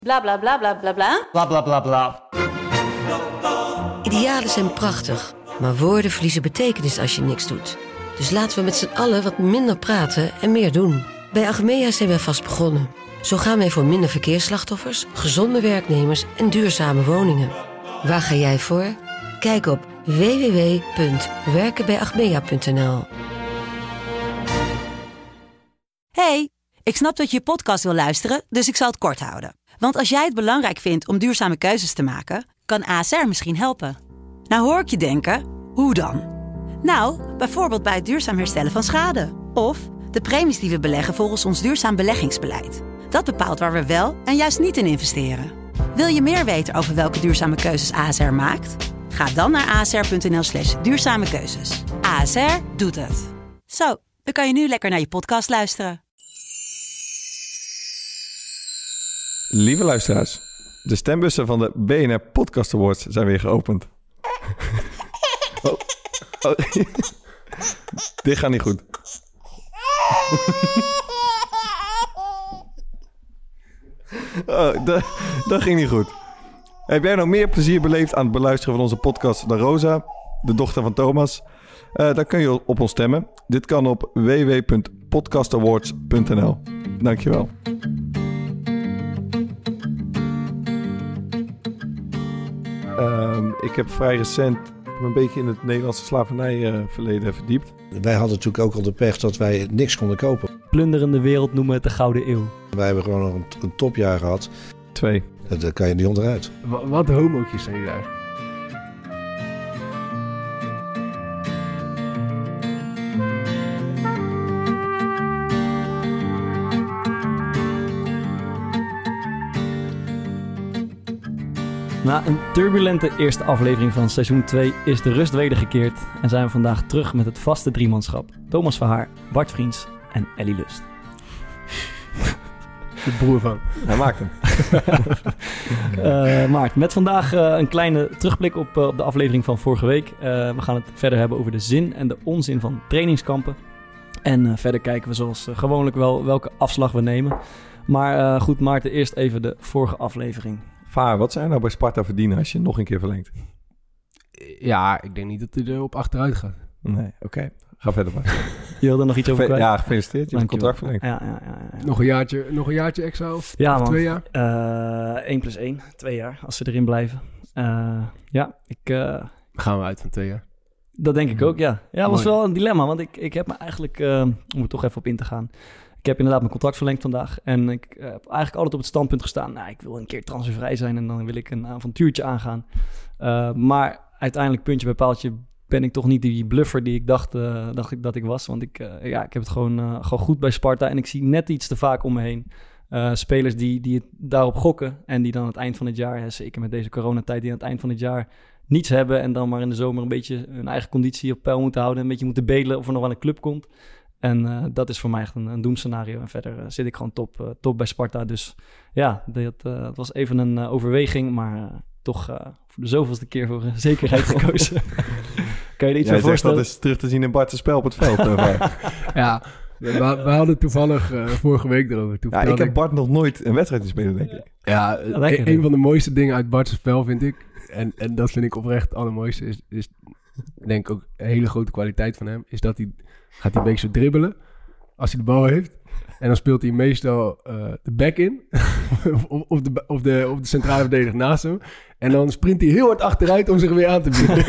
Bla bla bla bla bla bla. Bla bla bla bla. Idealen zijn prachtig, maar woorden verliezen betekenis als je niks doet. Dus laten we met z'n allen wat minder praten en meer doen. Bij Achmea zijn wij vast begonnen. Zo gaan wij voor minder verkeersslachtoffers, gezonde werknemers en duurzame woningen. Waar ga jij voor? Kijk op www.werkenbijachmea.nl. Hey, ik snap dat je je podcast wil luisteren, dus ik zal het kort houden. Want als jij het belangrijk vindt om duurzame keuzes te maken, kan ASR misschien helpen. Nou hoor ik je denken, hoe dan? Nou, bijvoorbeeld bij het duurzaam herstellen van schade. Of de premies die we beleggen volgens ons duurzaam beleggingsbeleid. Dat bepaalt waar we wel en juist niet in investeren. Wil je meer weten over welke duurzame keuzes ASR maakt? Ga dan naar asr.nl/duurzame keuzes. ASR doet het. Zo, dan kan je nu lekker naar je podcast luisteren. Lieve luisteraars, de stembussen van de BNR Podcast Awards zijn weer geopend. Oh. Dit gaat niet goed. Dat ging niet goed. Heb jij nog meer plezier beleefd aan het beluisteren van onze podcast dan Rosa, de dochter van Thomas? Dan kun je op ons stemmen. Dit kan op www.podcastawards.nl. Dankjewel. Ik heb vrij recent een beetje in het Nederlandse slavernijverleden verdiept. Wij hadden natuurlijk ook al de pech dat wij niks konden kopen. Plunderende wereld noemen het de Gouden Eeuw. Wij hebben gewoon nog een topjaar gehad. 2. Daar kan je niet onderuit. Wat homootjes zijn jullie daar? Na een turbulente eerste aflevering van seizoen 2 is de rust wedergekeerd en zijn we vandaag terug met het vaste driemanschap. Thomas Verhaar, Bart Vriends en Ellie Lust. De broer van. Hij maakt hem. Maart, met vandaag een kleine terugblik op de aflevering van vorige week. We gaan het verder hebben over de zin en de onzin van trainingskampen. En verder kijken we zoals gewoonlijk wel welke afslag we nemen. Maar goed, Maarten, eerst even de vorige aflevering. Vaar, wat zou je nou bij Sparta verdienen als je nog een keer verlengt? Ja, ik denk niet dat hij erop achteruit gaat. Nee, oké. Ga verder maar. Je wilde nog iets over kwijt? Ja, gefeliciteerd. Je hebt het contract verlengd. Ja. Nog een jaartje extra of 2 jaar? 1 + 1, 2 jaar, als ze erin blijven. Gaan we uit van 2 jaar? Dat denk ik ook, ja. Ja, dat was Mooi. wel een dilemma, want ik heb me eigenlijk, om er toch even op in te gaan. Ik heb inderdaad mijn contract verlengd vandaag. En ik heb eigenlijk altijd op het standpunt gestaan. Nou, ik wil een keer transfervrij zijn en dan wil ik een avontuurtje aangaan. Maar uiteindelijk, puntje bij paaltje, ben ik toch niet die bluffer die ik dacht dat ik was. Want ik heb het gewoon goed bij Sparta. En ik zie net iets te vaak om me heen. Spelers die het daarop gokken. En die dan aan het eind van het jaar, zeker met deze coronatijd, die aan het eind van het jaar niets hebben. En dan maar in de zomer een beetje hun eigen conditie op peil moeten houden. Een beetje moeten bedelen of er nog wel een club komt. En dat is voor mij echt een doemscenario. En verder zit ik gewoon top bij Sparta. Dus ja, dat was even een overweging. Maar toch voor de zoveelste keer voor zekerheid gekozen. Kan je er iets van voorstellen? Dat is terug te zien in Bart's spel op het veld. Ja, we hadden toevallig vorige week erover. Ja, ik heb Bart nog nooit een wedstrijd gespeeld, denk ik. Ja, een van de mooiste dingen uit Bart's spel vind ik. En dat vind ik oprecht het allermooiste. Is denk ik ook een hele grote kwaliteit van hem. Is dat hij gaat een beetje zo dribbelen als hij de bal heeft. En dan speelt hij meestal de back in. of de centrale verdediger naast hem. En dan sprint hij heel hard achteruit om zich weer aan te bieden.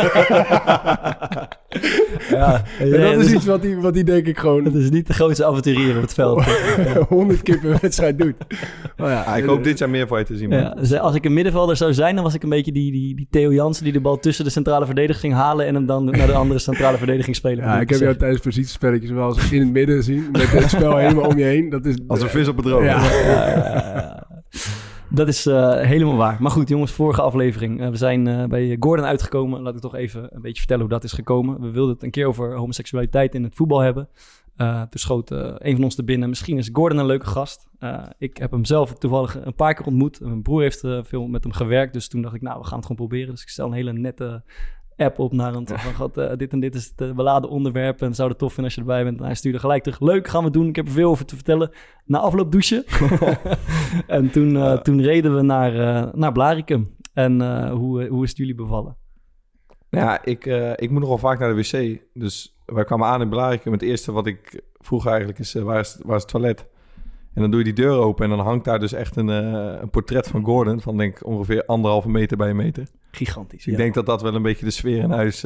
En dat is iets wat hij denk ik gewoon... Het is niet de grootste avonturier op het veld. 100 keer per wedstrijd doet. Ik hoop dit jaar meer van je te zien. Ja, dus als ik een middenvelder zou zijn, dan was ik een beetje die Theo Jansen die de bal tussen de centrale verdediger ging halen en hem dan naar de andere centrale verdediging spelen. Ja, ik heb jou tijdens positiespelletjes wel eens in het midden zien. Met het spel helemaal om je heen. Dat is, als een vis op het droog. Ja. Dat is helemaal waar. Maar goed, jongens, vorige aflevering. We zijn bij Gordon uitgekomen. Laat ik toch even een beetje vertellen hoe dat is gekomen. We wilden het een keer over homoseksualiteit in het voetbal hebben. Toen schoot een van ons te binnen. Misschien is Gordon een leuke gast. Ik heb hem zelf toevallig een paar keer ontmoet. Mijn broer heeft veel met hem gewerkt. Dus toen dacht ik, nou, we gaan het gewoon proberen. Dus ik stel een hele nette app op naar hem. Van, God, dit en dit is het beladen onderwerp en zou het tof vinden als je erbij bent. En hij stuurde gelijk terug, leuk, gaan we doen. Ik heb er veel over te vertellen. Na afloop douchen. En toen reden we naar Blaricum. En hoe is het jullie bevallen? Ja, ik moet nogal vaak naar de wc. Dus wij kwamen aan in Blaricum. Het eerste wat ik vroeg eigenlijk is, waar is het toilet? En dan doe je die deur open en dan hangt daar dus echt een portret van Gordon... van denk ik ongeveer 1,5 meter bij 1 meter. Gigantisch. Dus ik denk dat dat wel een beetje de sfeer in huis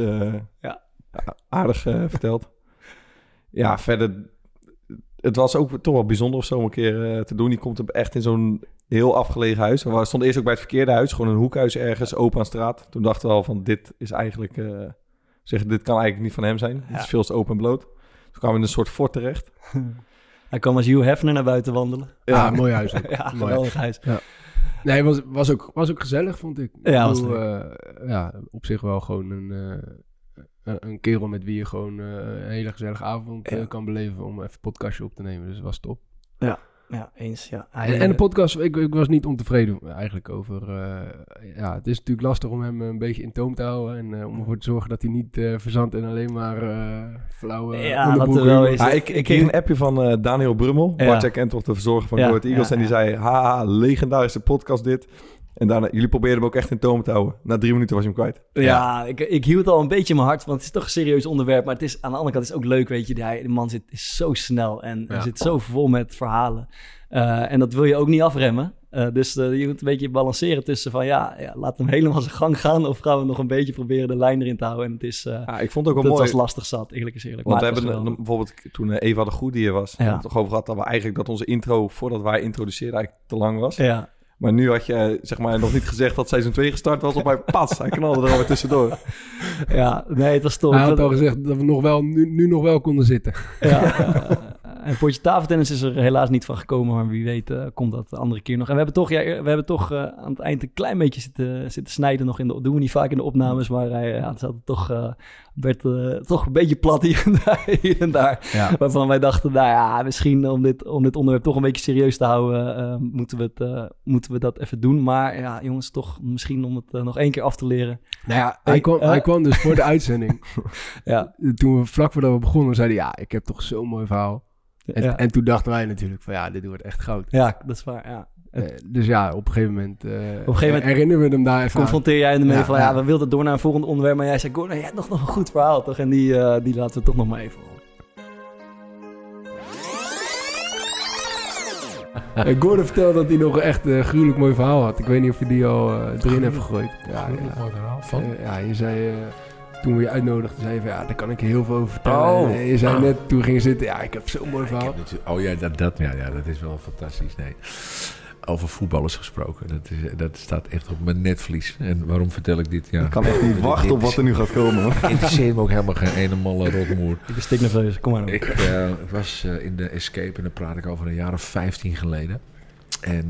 aardig vertelt. Ja, verder... Het was ook toch wel bijzonder of zo om een keer te doen. Die komt echt in zo'n heel afgelegen huis. We stonden eerst ook bij het verkeerde huis. Gewoon een hoekhuis ergens, open aan straat. Toen dachten we al van, dit is eigenlijk... dit kan eigenlijk niet van hem zijn. Het is veel te open en bloot. Toen kwamen we in een soort fort terecht. Hij kwam als Hugh Hefner naar buiten wandelen. Ja, mooi huis. Ja, geweldig huis. Ja. Nee, was ook gezellig, vond ik. Ja, op zich wel gewoon een kerel met wie je gewoon een hele gezellige avond kan beleven om even een podcastje op te nemen. Dus dat was top. Ja, eens. Ja. En de podcast, ik was niet ontevreden eigenlijk over... het is natuurlijk lastig om hem een beetje in toom te houden. En om ervoor te zorgen dat hij niet verzandt en alleen maar flauwe... dat er wel is. Ik kreeg een appje van Daniel Brummel. Ja. Bart, jij kent toch de verzorger van Go Ahead Eagles. En die zei, haha, legendarische podcast dit. En daarna, jullie probeerden hem ook echt in toom te houden. Na 3 minuten was je hem kwijt. Ja, ik hield al een beetje in mijn hart, want het is toch een serieus onderwerp. Maar het is aan de andere kant is het ook leuk, weet je. De man is zo snel en zit zo vol met verhalen. En dat wil je ook niet afremmen. Dus je moet een beetje balanceren tussen van laat hem helemaal zijn gang gaan. Of gaan we nog een beetje proberen de lijn erin te houden. En het is, ik vond het ook wel mooi. Het was lastig zat, eerlijk is eerlijk. Want maar we hebben bijvoorbeeld toen Eva de Goede hier was. Hebben we het toch over gehad dat onze intro, voordat wij introduceerden, eigenlijk te lang was. Ja. Maar nu had je nog niet gezegd dat seizoen 2 gestart was op mijn pas. Hij knalde er alweer tussendoor. Ja, nee, het was top. Hij had al gezegd dat we nu nog wel konden zitten. En potje tafeltennis is er helaas niet van gekomen, maar wie weet komt dat de andere keer nog. En we hebben toch aan het eind een klein beetje zitten snijden nog doen we niet vaak in de opnames, maar het zat werd toch een beetje plat hier en daar. Ja. Waarvan wij dachten, misschien om dit onderwerp toch een beetje serieus te houden, moeten we dat even doen. Maar jongens, toch misschien om het nog 1 keer af te leren. Nou ja, hij kwam dus voor de uitzending. Toen we vlak voordat we begonnen, zeiden ik heb toch zo'n mooi verhaal. En toen dachten wij natuurlijk van dit wordt echt goud. Ja, dat is waar, ja. Dus op een gegeven moment herinneren we hem daar even confronteer jij hem ermee van we wilden door naar een volgend onderwerp, maar jij zei, Gordon, jij hebt nog een goed verhaal, toch? En die laten we toch nog maar even horen. Gordon vertelde dat hij nog echt een gruwelijk mooi verhaal had. Ik weet niet of je die al erin hebt gegooid. Mooi verhaal van? Je zei... Toen we je uitnodigden, zei je van daar kan ik heel veel over vertellen. En je zei net, toen ging je zitten, ik heb zo'n mooi verhaal. Dat is wel fantastisch. Nee. Over voetballers gesproken. Dat staat echt op mijn netvlies. En waarom vertel ik dit? Ik kan echt niet wachten op wat er nu gaat komen. Hoor. Interesseert me ook helemaal geen ene malle rotmoer. Ik ben stiknerveus, kom maar op. Ik was in de Escape en dan praat ik over een jaar of 15 geleden. En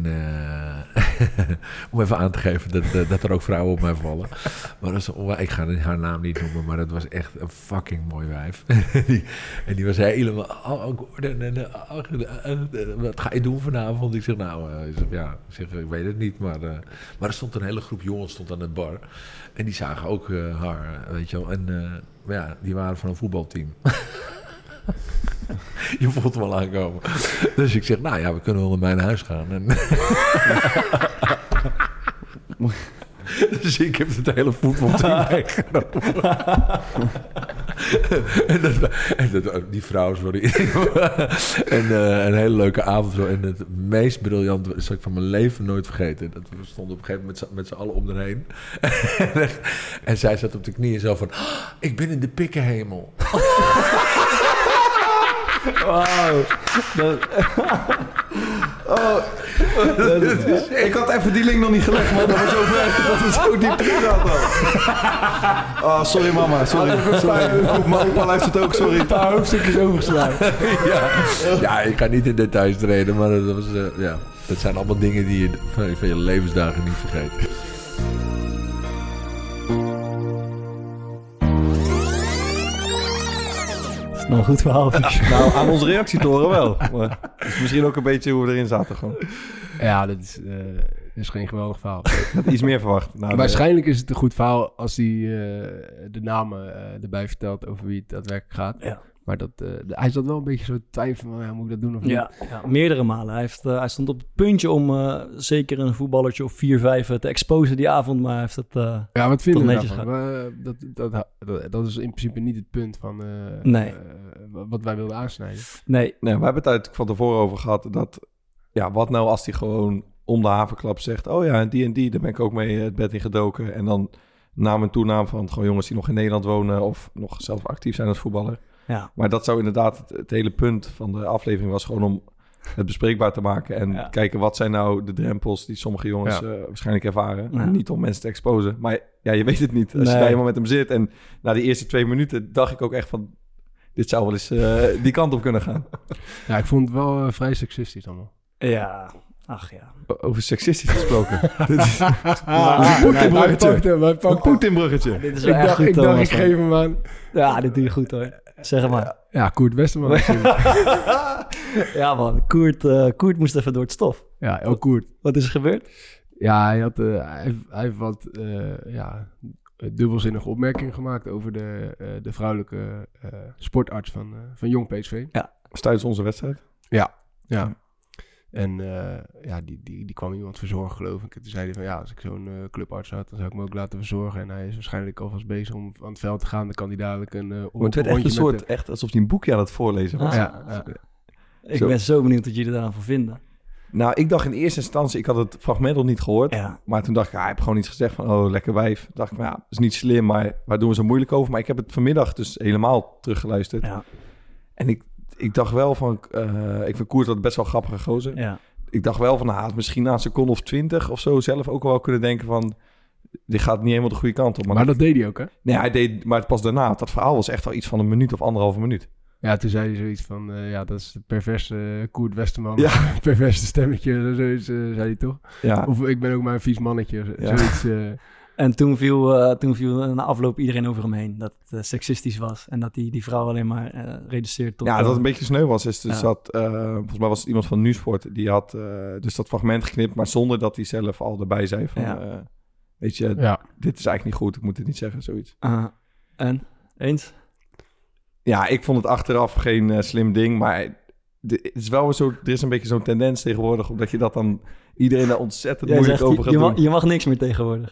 om even aan te geven dat er ook vrouwen op mij vallen. Maar ik ga haar naam niet noemen, maar dat was echt een fucking mooi wijf. En die was helemaal... Gordon, wat ga je doen vanavond? Ik zeg, ik weet het niet. Maar er stond een hele groep jongens aan het bar. En die zagen ook haar, weet je wel. En die waren van een voetbalteam. Je voelt hem al aankomen. Dus ik zeg, we kunnen wel naar mijn huis gaan. En dus ik heb het hele voetbalteam meegenomen. Die vrouw, sorry. En een hele leuke avond. Zo. En het meest briljante zal ik van mijn leven nooit vergeten. Dat we stonden op een gegeven moment met z'n allen om erheen. En zij zat op de knieën zo van... ik ben in de pikkenhemel. Wauw. Ik had even die link nog niet gelegd, man. Dat was zo ver. Dat was zo diep erin zat. Sorry mama. Sorry. Mijn opa luistert ook, sorry. Een paar hoofdstukjes overgeslagen. Ik ga niet in details treden, maar dat was... dat zijn allemaal dingen die je van je levensdagen niet vergeet. Nou, een goed verhaal. Nou, aan onze reactietoren wel. Maar het is misschien ook een beetje hoe we erin zaten gewoon. Ja, dat is... is geen geweldig verhaal. Ik had iets meer verwacht. Nou, Waarschijnlijk is het een goed verhaal als hij de namen erbij vertelt over wie het daadwerkelijk gaat. Ja. Maar hij zat wel een beetje zo te twijfelen van, moet ik dat doen of niet? Ja, meerdere malen. Hij stond op het puntje om zeker een voetballertje of 4-5 te exposen die avond, maar hij heeft het wat vinden we netjes daarvan? Dat is in principe niet het punt van wat wij wilden aansnijden. Nee, we hebben het uit van tevoren over gehad dat, wat nou als hij gewoon om de havenklap zegt, oh ja, en die, daar ben ik ook mee het bed in gedoken. En dan naam en toenaam van gewoon jongens die nog in Nederland wonen of nog zelf actief zijn als voetballer. Ja. Maar dat zou inderdaad het hele punt van de aflevering was gewoon om het bespreekbaar te maken. En kijken wat zijn nou de drempels die sommige jongens waarschijnlijk ervaren. Ja. Niet om mensen te exposen. Maar je weet het niet. Als je daar helemaal met hem zit. En na de eerste 2 minuten dacht ik ook echt van, dit zou wel eens die kant op kunnen gaan. Ja, ik vond het wel vrij seksistisch allemaal. Ja, ach ja. Over seksistisch gesproken. Dit is Een Poetin-bruggetje. Dit is wel echt goed, ik dacht, Thomas, ik geef hem aan. Ja, dit doe je goed hoor. Zeg het maar. Ja, Koert Westerman natuurlijk. Ja man, Koert moest even door het stof. Ja, El Koert. Wat is er gebeurd? Ja, hij heeft wat dubbelzinnige opmerkingen gemaakt over de vrouwelijke sportarts van Jong PSV. Ja. Tijdens onze wedstrijd. Ja. En die kwam iemand verzorgen, geloof ik. En toen zei hij van, als ik zo'n clubarts had, dan zou ik me ook laten verzorgen. En hij is waarschijnlijk alvast bezig om aan het veld te gaan. Dan kan hij dadelijk een het werd echt een soort, echt alsof hij een boekje aan het voorlezen was. Ik ben zo benieuwd wat jullie eraan van vinden. Nou, ik dacht in eerste instantie, ik had het fragment nog niet gehoord. Ja. Maar toen dacht ik, hij heeft gewoon iets gezegd van, oh, lekker wijf. Toen dacht ik, dat is niet slim, maar waar doen we zo moeilijk over? Maar ik heb het vanmiddag dus helemaal teruggeluisterd. Ja. En ik dacht wel van, ik vind Koert dat best wel grappige gozer. Ja. Ik dacht wel van, had misschien na een seconde of 20 of zo zelf ook wel kunnen denken van, dit gaat niet helemaal de goede kant op. Maar dat deed hij ook, hè? Nee, hij deed, maar pas daarna. Dat verhaal was echt wel iets van 1 minuut of 1,5 minuut. Ja, toen zei hij zoiets van, dat is het perverse Koert Westerman. Ja. Perverse stemmetje, zoiets zei hij toch? Ja. Of ik ben ook maar een vies mannetje, zoiets. En toen viel na afloop iedereen over hem heen. Dat het seksistisch was. En dat die vrouw alleen maar reduceert tot... Ja, dat het een beetje sneu was. Volgens mij was het iemand van Nieuwsport. Die had dus dat fragment geknipt, maar zonder dat hij zelf al erbij zei van... weet je, dit is eigenlijk niet goed. Ik moet het niet zeggen, zoiets. En? Eens? Ja, ik vond het achteraf geen slim ding, maar... Het is wel zo, er is een beetje zo'n tendens tegenwoordig, omdat je dat dan iedereen daar ontzettend moeilijk over gaat doen. Je mag niks meer tegenwoordig.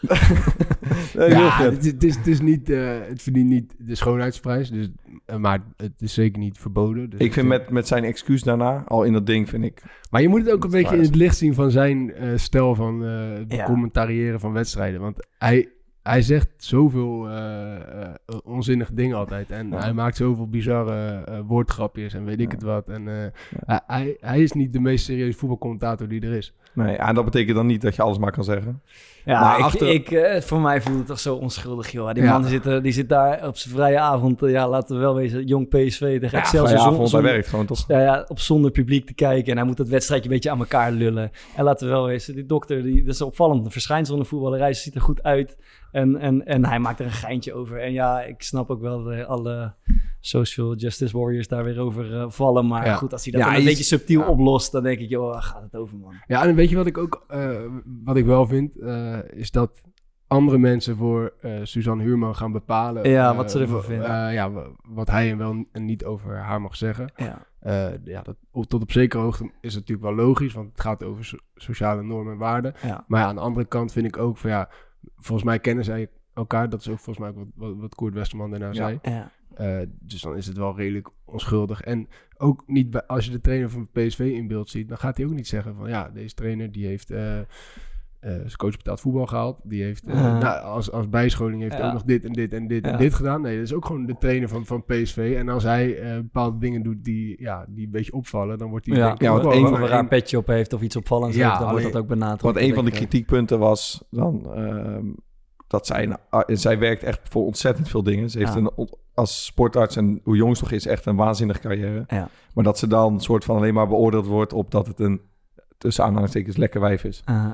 Het is niet, het verdient niet de schoonheidsprijs, dus, maar het is zeker niet verboden. Dus ik vind met zijn excuus daarna, al in dat ding vind ik... Maar je moet het ook een beetje in het licht zien van zijn stijl van commentariëren van wedstrijden, want hij zegt zoveel onzinnige dingen altijd. En hij maakt zoveel bizarre woordgrapjes en weet ik het wat. En hij is niet de meest serieuze voetbalcommentator die er is. Nee, en dat betekent dan niet dat je alles maar kan zeggen. Ja, maar voor mij voelt het toch zo onschuldig, joh. Die man die zit daar op zijn vrije avond. Laten we wel wezen, Jong PSV tegen Excelsior. Hij werkt gewoon toch? Ja, op zonder publiek te kijken. En hij moet dat wedstrijdje een beetje aan elkaar lullen. En laten we wel wezen, die dokter, dat is opvallend. Een verschijnsel in de voetballerij, ze ziet er goed uit. En hij maakt er een geintje over. En ja, ik snap ook wel dat alle social justice warriors daar weer over vallen. Maar goed, als hij dat dan een beetje subtiel oplost, dan denk ik, joh, gaat het over, man. Ja, en weet je wat ik ook, wat ik wel vind, is dat andere mensen voor Suzanne Huurman gaan bepalen. Ja, wat ze ervan vinden. Wat hij en wel en niet over haar mag zeggen. Ja. Tot op zekere hoogte is het natuurlijk wel logisch, want het gaat over sociale normen en waarden. Ja. Maar aan de andere kant vind ik ook van volgens mij kennen zij elkaar. Dat is ook volgens mij wat Koert Westerman daarna zei. Ja. Dus dan is het wel redelijk onschuldig. En ook niet als je de trainer van PSV in beeld ziet, dan gaat hij ook niet zeggen van deze trainer die heeft zijn coach betaald voetbal gehaald. Die heeft als bijscholing heeft hij ook nog dit en dit en dit en dit gedaan. Nee, dat is ook gewoon de trainer van PSV. En als hij bepaalde dingen doet die een beetje opvallen, dan wordt hij wat een van een raar petje op heeft of iets opvallends heeft, dan wordt dat ook benadrukt. Want een van de kritiekpunten was dan dat zij werkt echt voor ontzettend veel dingen. Ze heeft als sportarts en hoe jong ze nog is, echt een waanzinnige carrière. Ja. Maar dat ze dan soort van alleen maar beoordeeld wordt op dat het een tussen aanhalingstekens lekker wijf is.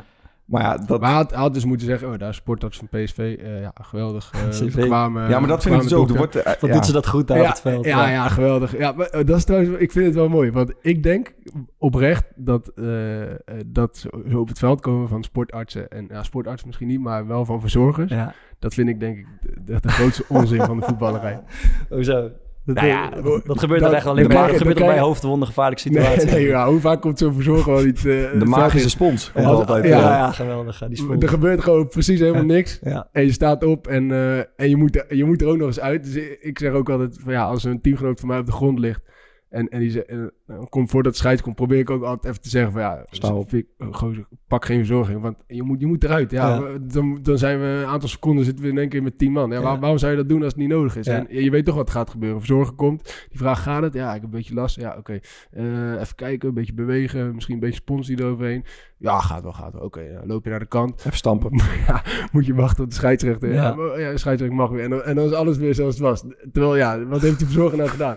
Maar ja, dat... Maar hij had dus moeten zeggen, daar is sportarts van PSV. Geweldig. CV. Kwamen, Ja, maar dat vind ik dus ook. Er wordt, Wat doet ze dat goed daar op het veld? Ja, geweldig. Ja, maar dat is trouwens, ik vind het wel mooi. Want ik denk oprecht dat zo op het veld komen van sportartsen. En sportartsen misschien niet, maar wel van verzorgers. Ja. Dat vind ik denk ik de grootste onzin van de voetballerij. Hoezo? Dat gebeurt dat- toch echt alleen dat- maar. dat- Dat gebeurt dat- toch bij hoofdwonden, gevaarlijke situaties. Nee, hoe vaak komt zo'n verzorger wel niet... de magische spons komt Ja, altijd. Ja, geweldig. Die sport. Er gebeurt gewoon precies helemaal niks. Ja. En je staat op en je moet er ook nog eens uit. Dus ik zeg ook altijd van als een teamgenoot van mij op de grond ligt en die zegt, komt voordat het scheids komt, probeer ik ook altijd even te zeggen van Sta op. gozer, pak geen verzorging, want je moet eruit. Dan zijn we een aantal seconden zitten we in één keer met 10 man. Waarom zou je dat doen als het niet nodig is? Ja. En je weet toch wat gaat gebeuren. Een verzorger komt, die vraagt gaat het? Ja, ik heb een beetje last. Ja, oké. Even kijken, een beetje bewegen, misschien een beetje spons die eroverheen. Ja, gaat wel. Oké, loop je naar de kant. Even stampen. Moet je wachten op de scheidsrechter. Ja. De scheidsrechter mag weer. En dan is alles weer zoals het was. Terwijl, wat heeft die verzorger nou gedaan?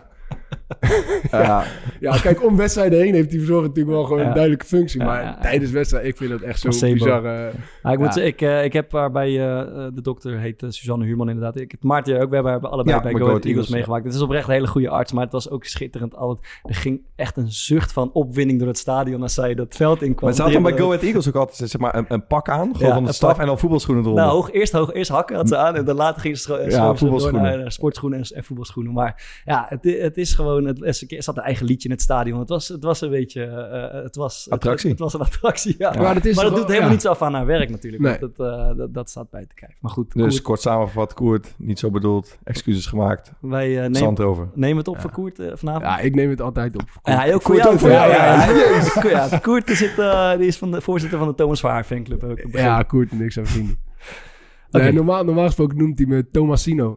Ja, kijk, om wedstrijden heen heeft die verzorger natuurlijk wel gewoon een duidelijke functie. Maar tijdens wedstrijden, ik vind dat echt zo'n bizarre... Ik moet zeggen, ik heb waarbij de dokter heet Suzanne Huurman inderdaad. Ik heb Maarten ook, we hebben allebei bij Go Ahead Eagles meegemaakt. Het is oprecht een hele goede arts, maar het was ook schitterend. Er ging echt een zucht van opwinding door het stadion als zij dat veld in kwam. Maar ze had dan bij Go Ahead Eagles ook altijd zeg maar, een pak aan, gewoon van de staf en dan voetbalschoenen eronder. Nou, eerst hakken had ze aan en dan later ging ze voetbalschoenen. naar sportschoenen en voetbalschoenen. Maar ja, het is gewoon, er zat een eigen liedje in het stadion. Het was een beetje, attractie. Het was een attractie, ja. Maar dat doet helemaal niets af aan haar werk natuurlijk. Nee. Want dat staat bij te kijken. Maar goed, Dus Koert, kort samengevat, Koert, niet zo bedoeld, excuses gemaakt, wij zand over. nemen het op voor Koert vanavond. Ja, ik neem het altijd op. En hij ook voor Koert jou. ook voor jou, Ja, Koert die is de voorzitter van de Thomas Verhaar fanclub. Ook. Ja, Koert en ik zijn vrienden. Oké. Nee, normaal gesproken noemt hij me Tomasino.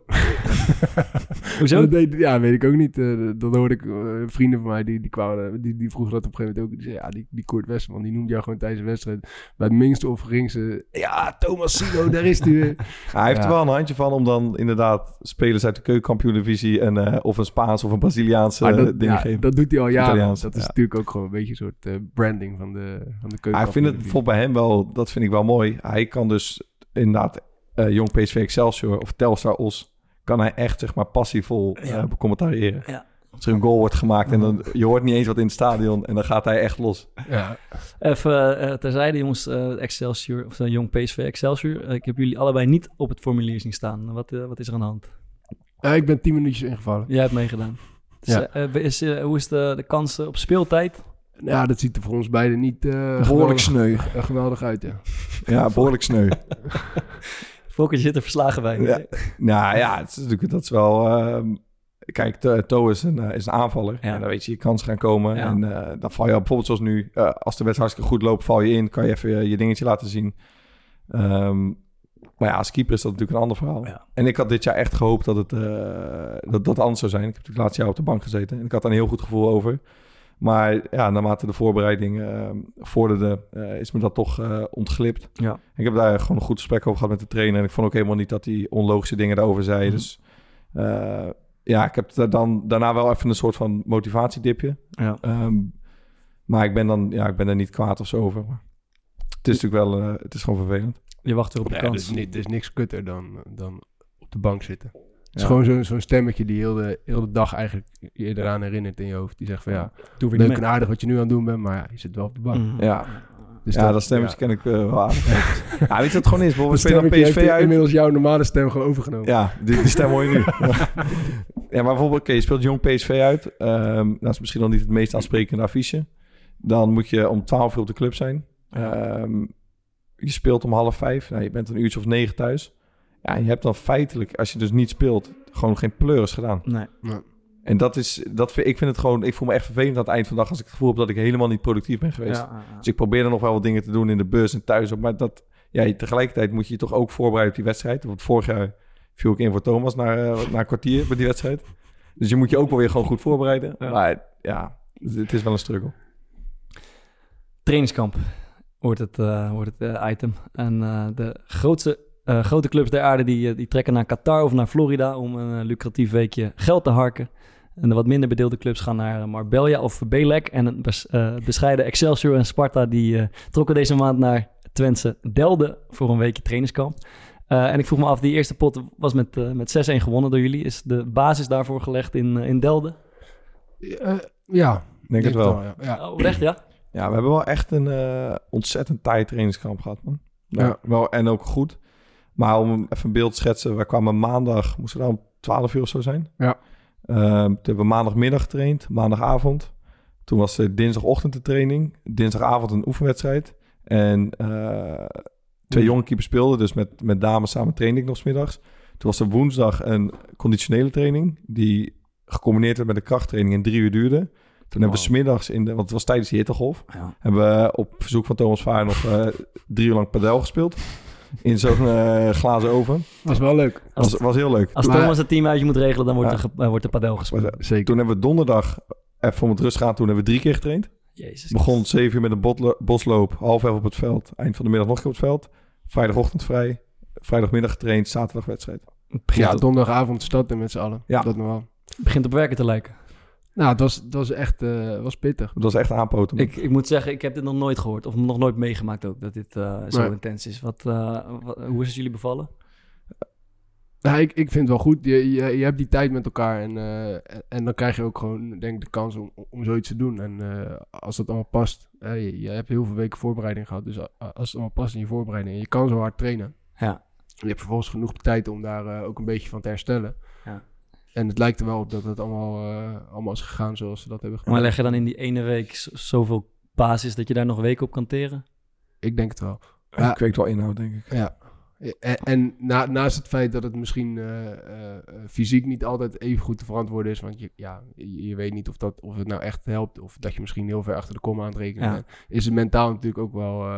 Hoezo? Weet ik ook niet. Dat hoorde ik vrienden van mij, die kwamen, die vroegen dat op een gegeven moment ook. Die zeiden, die Koert Westerman, die noemde jou gewoon tijdens de wedstrijd. Bij het minste of geringste, Tomasino, daar is hij weer. Hij heeft er wel een handje van om dan inderdaad spelers uit de keukenkampioen-divisie en of een Spaans of een Braziliaanse dingen geven. Dat doet hij al jaren. Italiaans, Dat is ja. natuurlijk ook gewoon een beetje een soort branding van de keukenkampioen. Hij vindt het bijvoorbeeld bij hem wel, dat vind ik wel mooi. Hij kan dus inderdaad Jong PSV Excelsior of Telstar Os, kan hij echt zeg maar passievol becommentariëren. Ja. Als er een goal wordt gemaakt en dan je hoort niet eens wat in het stadion en dan gaat hij echt los. Ja. Even terzijde jongens, Excelsior of Jong PSV Excelsior. Ik heb jullie allebei niet op het formulier zien staan. Wat is er aan de hand? Ik ben 10 minuutjes ingevallen. Jij hebt meegedaan. Ja. Hoe is de kans op speeltijd? Ja, dat ziet er voor ons beiden niet Behoorlijk sneu. geweldig uit, ja. Ja, behoorlijk sneu. Volker, je zit er verslagen bij. Ja. Nou ja, het is natuurlijk, dat is wel... kijk, To is een aanvaller. Ja. En dan weet je kans gaan komen. Ja. En dan val je bijvoorbeeld zoals nu... als de wedstrijd hartstikke goed loopt, val je in. Kan je even je dingetje laten zien. Maar ja, als keeper is dat natuurlijk een ander verhaal. Ja. En ik had dit jaar echt gehoopt dat het dat anders zou zijn. Ik heb natuurlijk laatst jaar op de bank gezeten. En ik had daar een heel goed gevoel over. Maar ja, naarmate de voorbereiding vorderde, is me dat toch ontglipt. Ja. Ik heb daar gewoon een goed gesprek over gehad met de trainer. En ik vond ook helemaal niet dat hij onlogische dingen daarover zei. Mm-hmm. Dus ik heb daarna wel even een soort van motivatiedipje. Ja. Maar ik ben er niet kwaad of zo over. Maar het is natuurlijk wel, het is gewoon vervelend. Je wacht weer op de kans. Er is niks kutter dan op de bank zitten. Het is gewoon zo'n stemmetje die heel de dag eigenlijk je eraan herinnert in je hoofd. Die zegt van leuk en aardig wat je nu aan het doen bent, maar je zit wel op de bank. Mm. Ja. Dus dat stemmetje ken ik wel aardig. Ja, weet je wat het gewoon is? We spelen dan PSV uit. Inmiddels jouw normale stem gewoon overgenomen. Ja, die stem hoor je nu. Ja, maar bijvoorbeeld, je speelt Jong PSV uit. Dat is misschien nog niet het meest aansprekende affiche. Dan moet je om 12 uur op de club zijn. Je speelt om 4:30. Nou, je bent een uurtje of 9 thuis. Ja, je hebt dan feitelijk, als je dus niet speelt, gewoon geen pleuris gedaan. Nee. En ik vind het gewoon, ik voel me echt vervelend aan het eind van de dag als ik het gevoel heb dat ik helemaal niet productief ben geweest. Ja. Dus ik probeer er nog wel wat dingen te doen in de bus en thuis ook. Maar tegelijkertijd moet je je toch ook voorbereiden op die wedstrijd. Want vorig jaar viel ik in voor Thomas na een kwartier bij die wedstrijd. Dus je moet je ook wel weer gewoon goed voorbereiden. Ja. Maar ja, het is wel een struggle. Trainingskamp wordt het item. En de grote clubs der aarde die trekken naar Qatar of naar Florida om een lucratief weekje geld te harken. En de wat minder bedeelde clubs gaan naar Marbella of Belek. En een bescheiden Excelsior en Sparta die trokken deze maand naar Twentse Delden voor een weekje trainingskamp. En ik vroeg me af, die eerste pot was met 6-1 gewonnen door jullie. Is de basis daarvoor gelegd in Delden? Ja, denk het wel. Ja. Oh, echt, ja? Ja, we hebben wel echt een ontzettend taai trainingskamp gehad, man. Ja. Wel, en ook goed. Maar om even een beeld te schetsen, wij kwamen maandag, moesten we dan om 12 uur of zo zijn. Ja. Toen hebben we maandagmiddag getraind, maandagavond. Toen was er dinsdagochtend de training, dinsdagavond een oefenwedstrijd. En 2 jonge keepers speelden, dus met dames samen trainde ik nog 's middags. Toen was er woensdag een conditionele training, die gecombineerd werd met een krachttraining en 3 uur duurde. Toen hebben we 's middags, want het was tijdens die hittegolf, hebben we op verzoek van Thomas Vaar nog 3 uur lang padel gespeeld. In zo'n glazen oven. Was wel leuk. Was heel leuk. Als Thomas het team uit je moet regelen, dan wordt er padel gespeeld. Zeker. Toen hebben we donderdag, even om het rust gaan, toen hebben we 3 keer getraind. Jezus. Begon 7 uur met een bosloop, 11:30 op het veld. Eind van de middag nog een keer op het veld. Vrijdagochtend vrij. Vrijdagmiddag getraind, zaterdag wedstrijd. Donderdagavond starten met z'n allen. Ja. Dat nog wel. Het begint op werken te lijken. Nou, het was echt was pittig. Het was echt aanpoten. Ik moet zeggen, ik heb dit nog nooit gehoord. Of nog nooit meegemaakt ook, dat dit zo intens is. Hoe is het jullie bevallen? Nou, ik vind het wel goed. Je hebt die tijd met elkaar. En dan krijg je ook gewoon, denk ik, de kans om zoiets te doen. En als dat allemaal past. Je hebt heel veel weken voorbereiding gehad. Dus als het allemaal past in je voorbereiding. En je kan zo hard trainen. Ja. Je hebt vervolgens genoeg tijd om daar ook een beetje van te herstellen. Ja. En het lijkt er wel op dat het allemaal is gegaan zoals ze dat hebben gedaan. Maar leg je dan in die ene week zoveel basis dat je daar nog weken op kan teren? Ik denk het wel. Het kweekt wel inhoud, denk ik. Ja. En naast het feit dat het misschien fysiek niet altijd even goed te verantwoorden is, want je weet niet of het nou echt helpt of dat je misschien heel ver achter de kom aan het rekenen bent, is het mentaal natuurlijk ook wel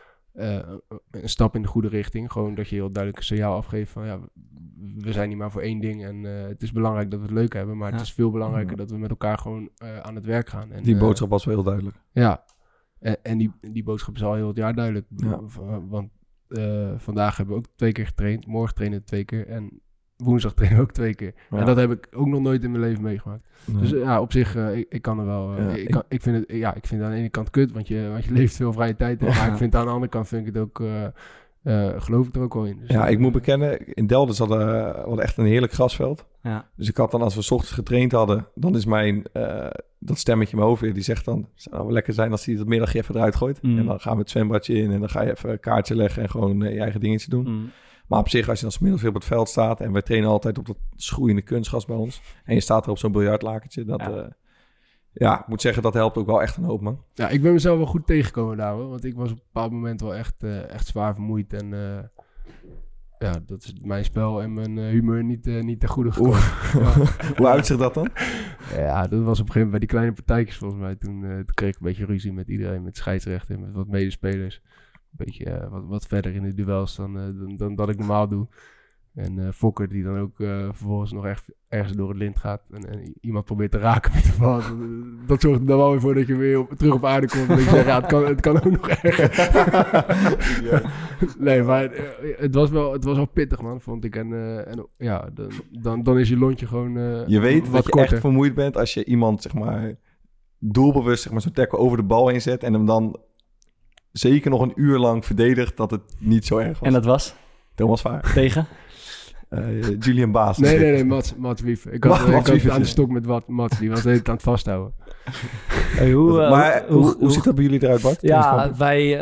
een stap in de goede richting. Gewoon dat je heel duidelijk een signaal afgeeft van we zijn niet maar voor één ding en het is belangrijk dat we het leuk hebben, maar het is veel belangrijker dat we met elkaar gewoon aan het werk gaan. En, die boodschap was wel heel duidelijk. Ja, en die boodschap is al heel het jaar duidelijk. Ja. Want vandaag hebben we ook 2 keer getraind. Morgen trainen we 2 keer. En woensdag trainen we ook 2 keer. Ja. En dat heb ik ook nog nooit in mijn leven meegemaakt. Nee. Dus op zich, ik kan er wel... ik vind het aan de ene kant kut, want je leeft veel vrije tijd. Maar ik vind aan de andere kant vind ik het ook... geloof ik er ook wel in. Dus ik moet bekennen, in Delden hadden echt een heerlijk grasveld. Ja. Dus ik had dan, als we 's ochtends getraind hadden, dan is mijn... dat stemmetje in mijn hoofd weer, die zegt dan... Het zou nou wel lekker zijn als hij dat middagje even eruit gooit. En dan gaan we het zwembadje in en dan ga je even een kaartje leggen en gewoon je eigen dingetje doen. Maar op zich, als je dan 's middags weer op het veld staat... en wij trainen altijd op dat schroeiende kunstgras bij ons... en je staat er op zo'n biljartlakentje, ik moet zeggen, dat helpt ook wel echt een hoop, man. Ja, ik ben mezelf wel goed tegengekomen daar, hoor. Want ik was op een bepaald moment wel echt zwaar vermoeid en... dat is mijn spel en mijn humeur niet ten goede gekomen. Hoe uitziet dat dan? Ja, dat was op een gegeven moment bij die kleine partijtjes volgens mij. Toen kreeg ik een beetje ruzie met iedereen, met scheidsrechter en met wat medespelers. Een beetje wat verder in de duels dan dat ik normaal doe. En Fokker die dan ook vervolgens nog ergens door het lint gaat en iemand probeert te raken met de bal. Dat zorgt er dan wel weer voor dat je weer terug op aarde komt. En ik zeg, het kan ook nog erger. Nee, maar het was wel pittig, man, vond ik. Dan is je lontje gewoon je weet wat dat je korter. echt vermoeid bent als je iemand, zeg maar, doelbewust, zeg maar, zo'n tackle over de bal heen zet en hem dan zeker nog een uur lang verdedigt dat het niet zo erg was. En dat was? Thomas Vaar. Tegen? Julian Baas. Nee, Mats Wief. Ik had aan de stok met Mats. Die was de hele tijd aan het vasthouden. Hey, hoe ziet dat bij jullie eruit, Bart? Ja, wij...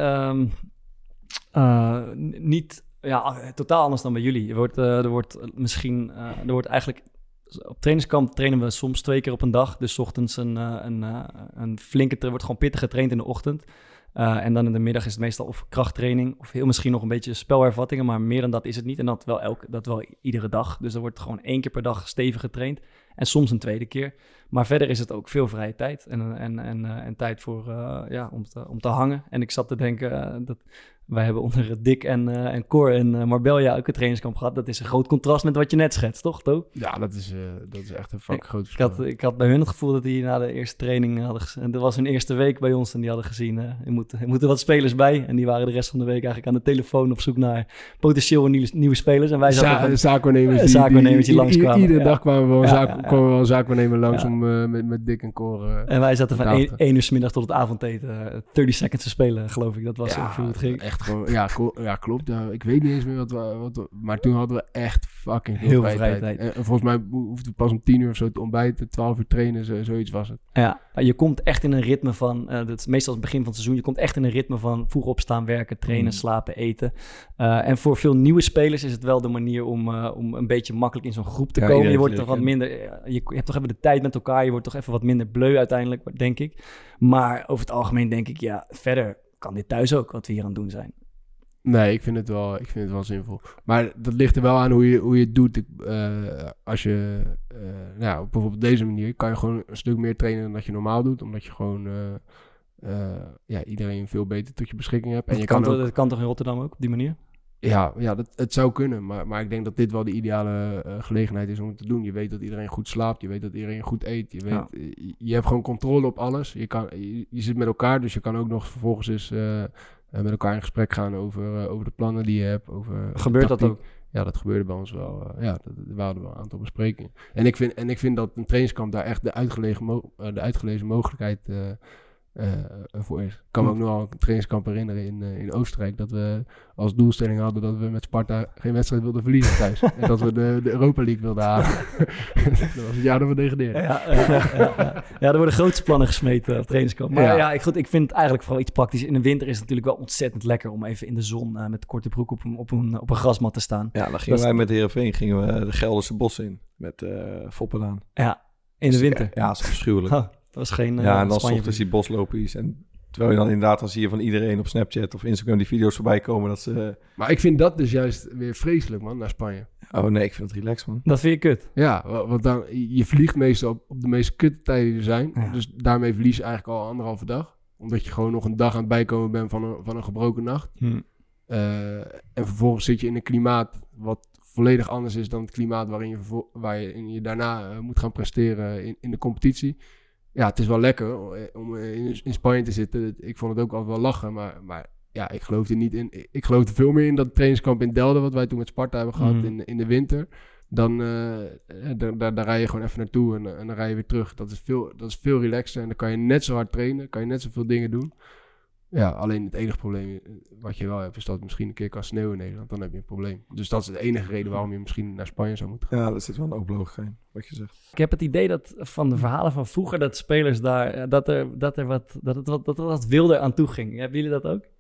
niet... Ja, totaal anders dan bij jullie. Er wordt eigenlijk... Op trainingskamp trainen we soms 2 keer op een dag. Dus 's ochtends een flinke... Er wordt gewoon pittig getraind in de ochtend. En dan in de middag is het meestal of krachttraining... of heel misschien nog een beetje spelhervattingen... maar meer dan dat is het niet. En dat wel iedere dag. Dus er wordt gewoon 1 keer per dag stevig getraind. En soms een 2e keer. Maar verder is het ook veel vrije tijd. En tijd voor, om te hangen. En ik zat te denken dat... Wij hebben onder Dick en Cor en Marbella ook een trainingskamp gehad. Dat is een groot contrast met wat je net schetst, toch, To? Ja, dat is echt een fucking groot verschil. Ik had bij hun het gevoel dat die na de eerste training hadden gezien. En dat was hun eerste week bij ons en die hadden gezien... er moeten wat spelers bij. En die waren de rest van de week eigenlijk aan de telefoon op zoek naar potentieel nieuwe spelers. En wij zaten zaakwaarnemers die langskwamen. Iedere dag kwamen we wel een zaakwaarnemer langs om met Dick en Cor... en wij zaten van 1 uur 's middag tot het avondeten 30 seconds te spelen, geloof ik. Dat was ongeveer hoe het ging. Echt echt gewoon... Klopt. Ja, ik weet niet eens meer maar toen hadden we echt fucking veel Heel vrije vrije tijd. En volgens mij hoefden we pas om 10 uur of zo te ontbijten, 12 uur trainen, zoiets was het. Ja, je komt echt in een ritme van... dat is meestal het begin van het seizoen. Je komt echt in een ritme van vroeg opstaan, werken, trainen, slapen, eten. En voor veel nieuwe spelers is het wel de manier om een beetje makkelijk in zo'n groep te komen. Je wordt toch wat minder... Je hebt toch even de tijd met elkaar. Je wordt toch even wat minder bleu uiteindelijk, denk ik. Maar over het algemeen denk ik, ja, verder kan dit thuis ook wat we hier aan het doen zijn. Nee, ik vind het wel zinvol. Maar dat ligt er wel aan hoe je het doet. Als je, bijvoorbeeld op deze manier, kan je gewoon een stuk meer trainen dan dat je normaal doet. Omdat je gewoon iedereen veel beter tot je beschikking hebt. En Dat kan toch in Rotterdam ook, op die manier? Ja, het zou kunnen. Maar ik denk dat dit wel de ideale gelegenheid is om het te doen. Je weet dat iedereen goed slaapt. Je weet dat iedereen goed eet. Je hebt gewoon controle op alles. Je zit met elkaar, dus je kan ook nog vervolgens eens... met elkaar in gesprek gaan over de plannen die je hebt. Gebeurt dat ook? Ja, dat gebeurde bij ons wel. Er waren wel een aantal besprekingen. En ik vind dat een trainingskamp daar echt de uitgelezen mogelijkheid voor is. Ik kan me ook nog wel een trainingskamp herinneren in Oostenrijk... dat we als doelstelling hadden dat we met Sparta geen wedstrijd wilden verliezen thuis. En dat we de Europa League wilden halen. Dat was het jaar dat we degradeerden. Ja, er worden grootste plannen gesmeten op trainingskamp. Maar ik vind het eigenlijk vooral iets praktisch. In de winter is het natuurlijk wel ontzettend lekker... om even in de zon met korte broek op een grasmat te staan. Ja, dan gingen wij met de Heerenveen de Gelderse bossen in. Met Foppedaan. Ja, in de winter. Ja, dat is afschuwelijk. Dat was geen en dan ochtends die boslopies. En terwijl je dan inderdaad dan zie je van iedereen op Snapchat of Instagram die video's voorbij komen. Dat ze... Maar ik vind dat dus juist weer vreselijk, man, naar Spanje. Oh nee, ik vind het relaxed, man. Dat vind je kut? Ja, want dan, je vliegt meestal op de meest kutte tijden die er zijn. Ja. Dus daarmee verlies je eigenlijk al 1,5 dag. Omdat je gewoon nog een dag aan het bijkomen bent van een gebroken nacht. En vervolgens zit je in een klimaat wat volledig anders is dan het klimaat waarin je daarna moet gaan presteren in de competitie. Ja, het is wel lekker om in Spanje te zitten. Ik vond het ook altijd wel lachen, maar ja, ik geloof er niet in. Ik geloof er veel meer in dat trainingskamp in Delden, wat wij toen met Sparta hebben gehad in de winter. Dan daar rij je gewoon even naartoe en dan rij je weer terug. Dat is veel relaxter en dan kan je net zo hard trainen, kan je net zoveel dingen doen. Ja, alleen het enige probleem wat je wel hebt is dat het misschien een keer kan sneeuwen in Nederland. Dan heb je een probleem. Dus dat is de enige reden waarom je misschien naar Spanje zou moeten gaan. Ja, dat zit wel een open logica in, wat je zegt. Ik heb het idee dat van de verhalen van vroeger dat spelers daar, dat er wat wilder aan toe ging. Hebben jullie dat ook?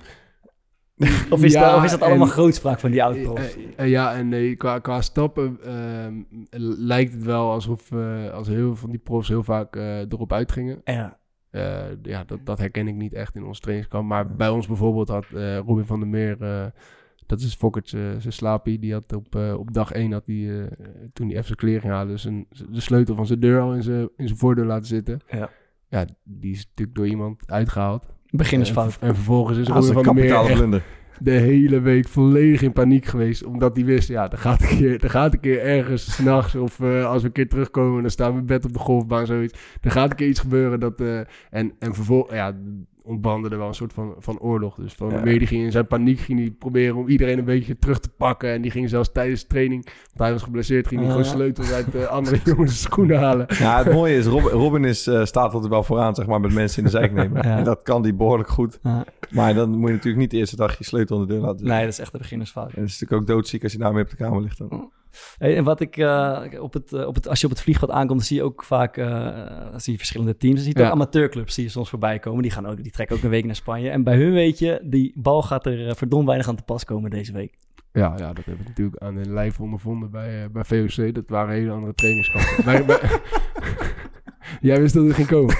Of is dat allemaal grootspraak van die oud-profs? Ja en nee, qua stappen lijkt het wel alsof als heel veel van die profs heel vaak erop uitgingen. Ja. Dat herken ik niet echt in ons trainingskamp. Maar bij ons bijvoorbeeld had Robin van der Meer, dat is Fokkert zijn slapie, die had op dag 1 had die, toen hij even zijn kleren ging halen, de sleutel van zijn deur al in zijn voordeur laten zitten. Ja, die is natuurlijk door iemand uitgehaald. Beginnersfout. En vervolgens is Robin van der Meer de hele week volledig in paniek geweest. Omdat hij wist, ja, er gaat een keer ergens 's nachts of als we een keer terugkomen, dan staan we in bed op de golfbaan, zoiets. Er gaat een keer iets gebeuren en vervolgens, ja, ontbrandde er wel een soort van oorlog. Dus Van der Meer, die ging in zijn paniek proberen om iedereen een beetje terug te pakken. En die ging zelfs tijdens de training, want hij was geblesseerd, ging hij gewoon sleutels uit andere jongens' schoenen halen. Ja, het mooie is, Robin staat altijd wel vooraan, zeg maar, met mensen in de zijk nemen. Ja. En dat kan die behoorlijk goed. Ja. Maar dan moet je natuurlijk niet de eerste dag je sleutel aan de deur laten zitten. Nee, dat is echt een beginnersfout. En het is natuurlijk ook doodziek als je daarmee op de kamer ligt dan. Hey, en wat ik als je op het vliegveld aankomt, dan zie je ook vaak zie je verschillende teams. Dan zie je ook amateurclubs die soms voorbij komen. Die trekken ook een week naar Spanje. En bij hun weet je, die bal gaat er verdomd weinig aan te pas komen deze week. Ja, dat hebben we natuurlijk aan de lijf ondervonden bij VOC. Dat waren hele andere trainingskampen. Jij wist dat het ging komen.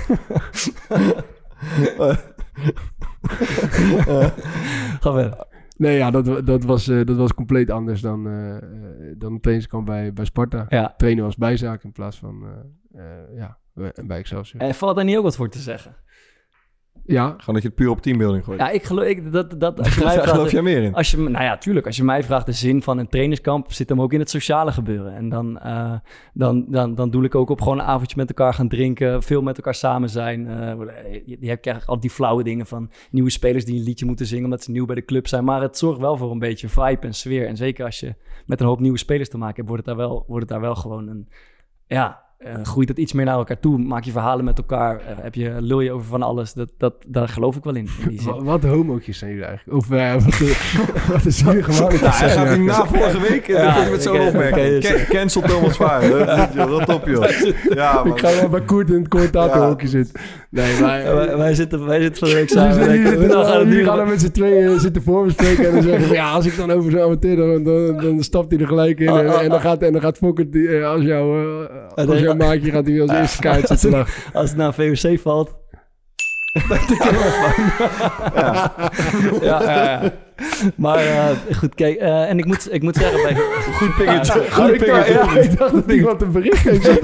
Ga verder. Nee, ja, dat was compleet anders dan een trainingskamp bij Sparta. Ja. Trainen was bijzaak in plaats van bij Excelsior. En valt daar niet ook wat voor te zeggen? Ja. Gewoon dat je het puur op teambuilding gooit. Ja, ik geloof dat als je mij vraagt... geloof jij meer in? Nou ja, tuurlijk. Als je mij vraagt, de zin van een trainingskamp zit hem ook in het sociale gebeuren. En dan doe ik ook op gewoon een avondje met elkaar gaan drinken, veel met elkaar samen zijn. Je krijgt al die flauwe dingen van nieuwe spelers die een liedje moeten zingen omdat ze nieuw bij de club zijn. Maar het zorgt wel voor een beetje vibe en sfeer. En zeker als je met een hoop nieuwe spelers te maken hebt, wordt het daar wel gewoon groeit het iets meer naar elkaar toe. Maak je verhalen met elkaar. Lul je over van alles. Daar geloof ik wel in die zin. Wat homootjes zijn jullie eigenlijk? Of wat is jullie gewoon? Hij gaat die na vorige week met zo'n opmerking. Cancel Thomas Vaar. Rot op, joh. Ja, ik ga wel bij Koert in het commentatorhokje zitten. Nee, maar... wij zitten van de week samen. Jullie gaan er met z'n tweeën zitten voorbespreken en dan zeggen van... Ja, als ik dan over zo'n amateur, dan stapt hij er gelijk in. En dan gaat Fokker als jouw maatje gaat hij als eerste kaart zitten lachen. Als het naar VOC valt... ja. Maar goed, kijk. En ik moet zeggen... Bij... Goed pingetje. Ik dacht dat iemand een bericht heeft.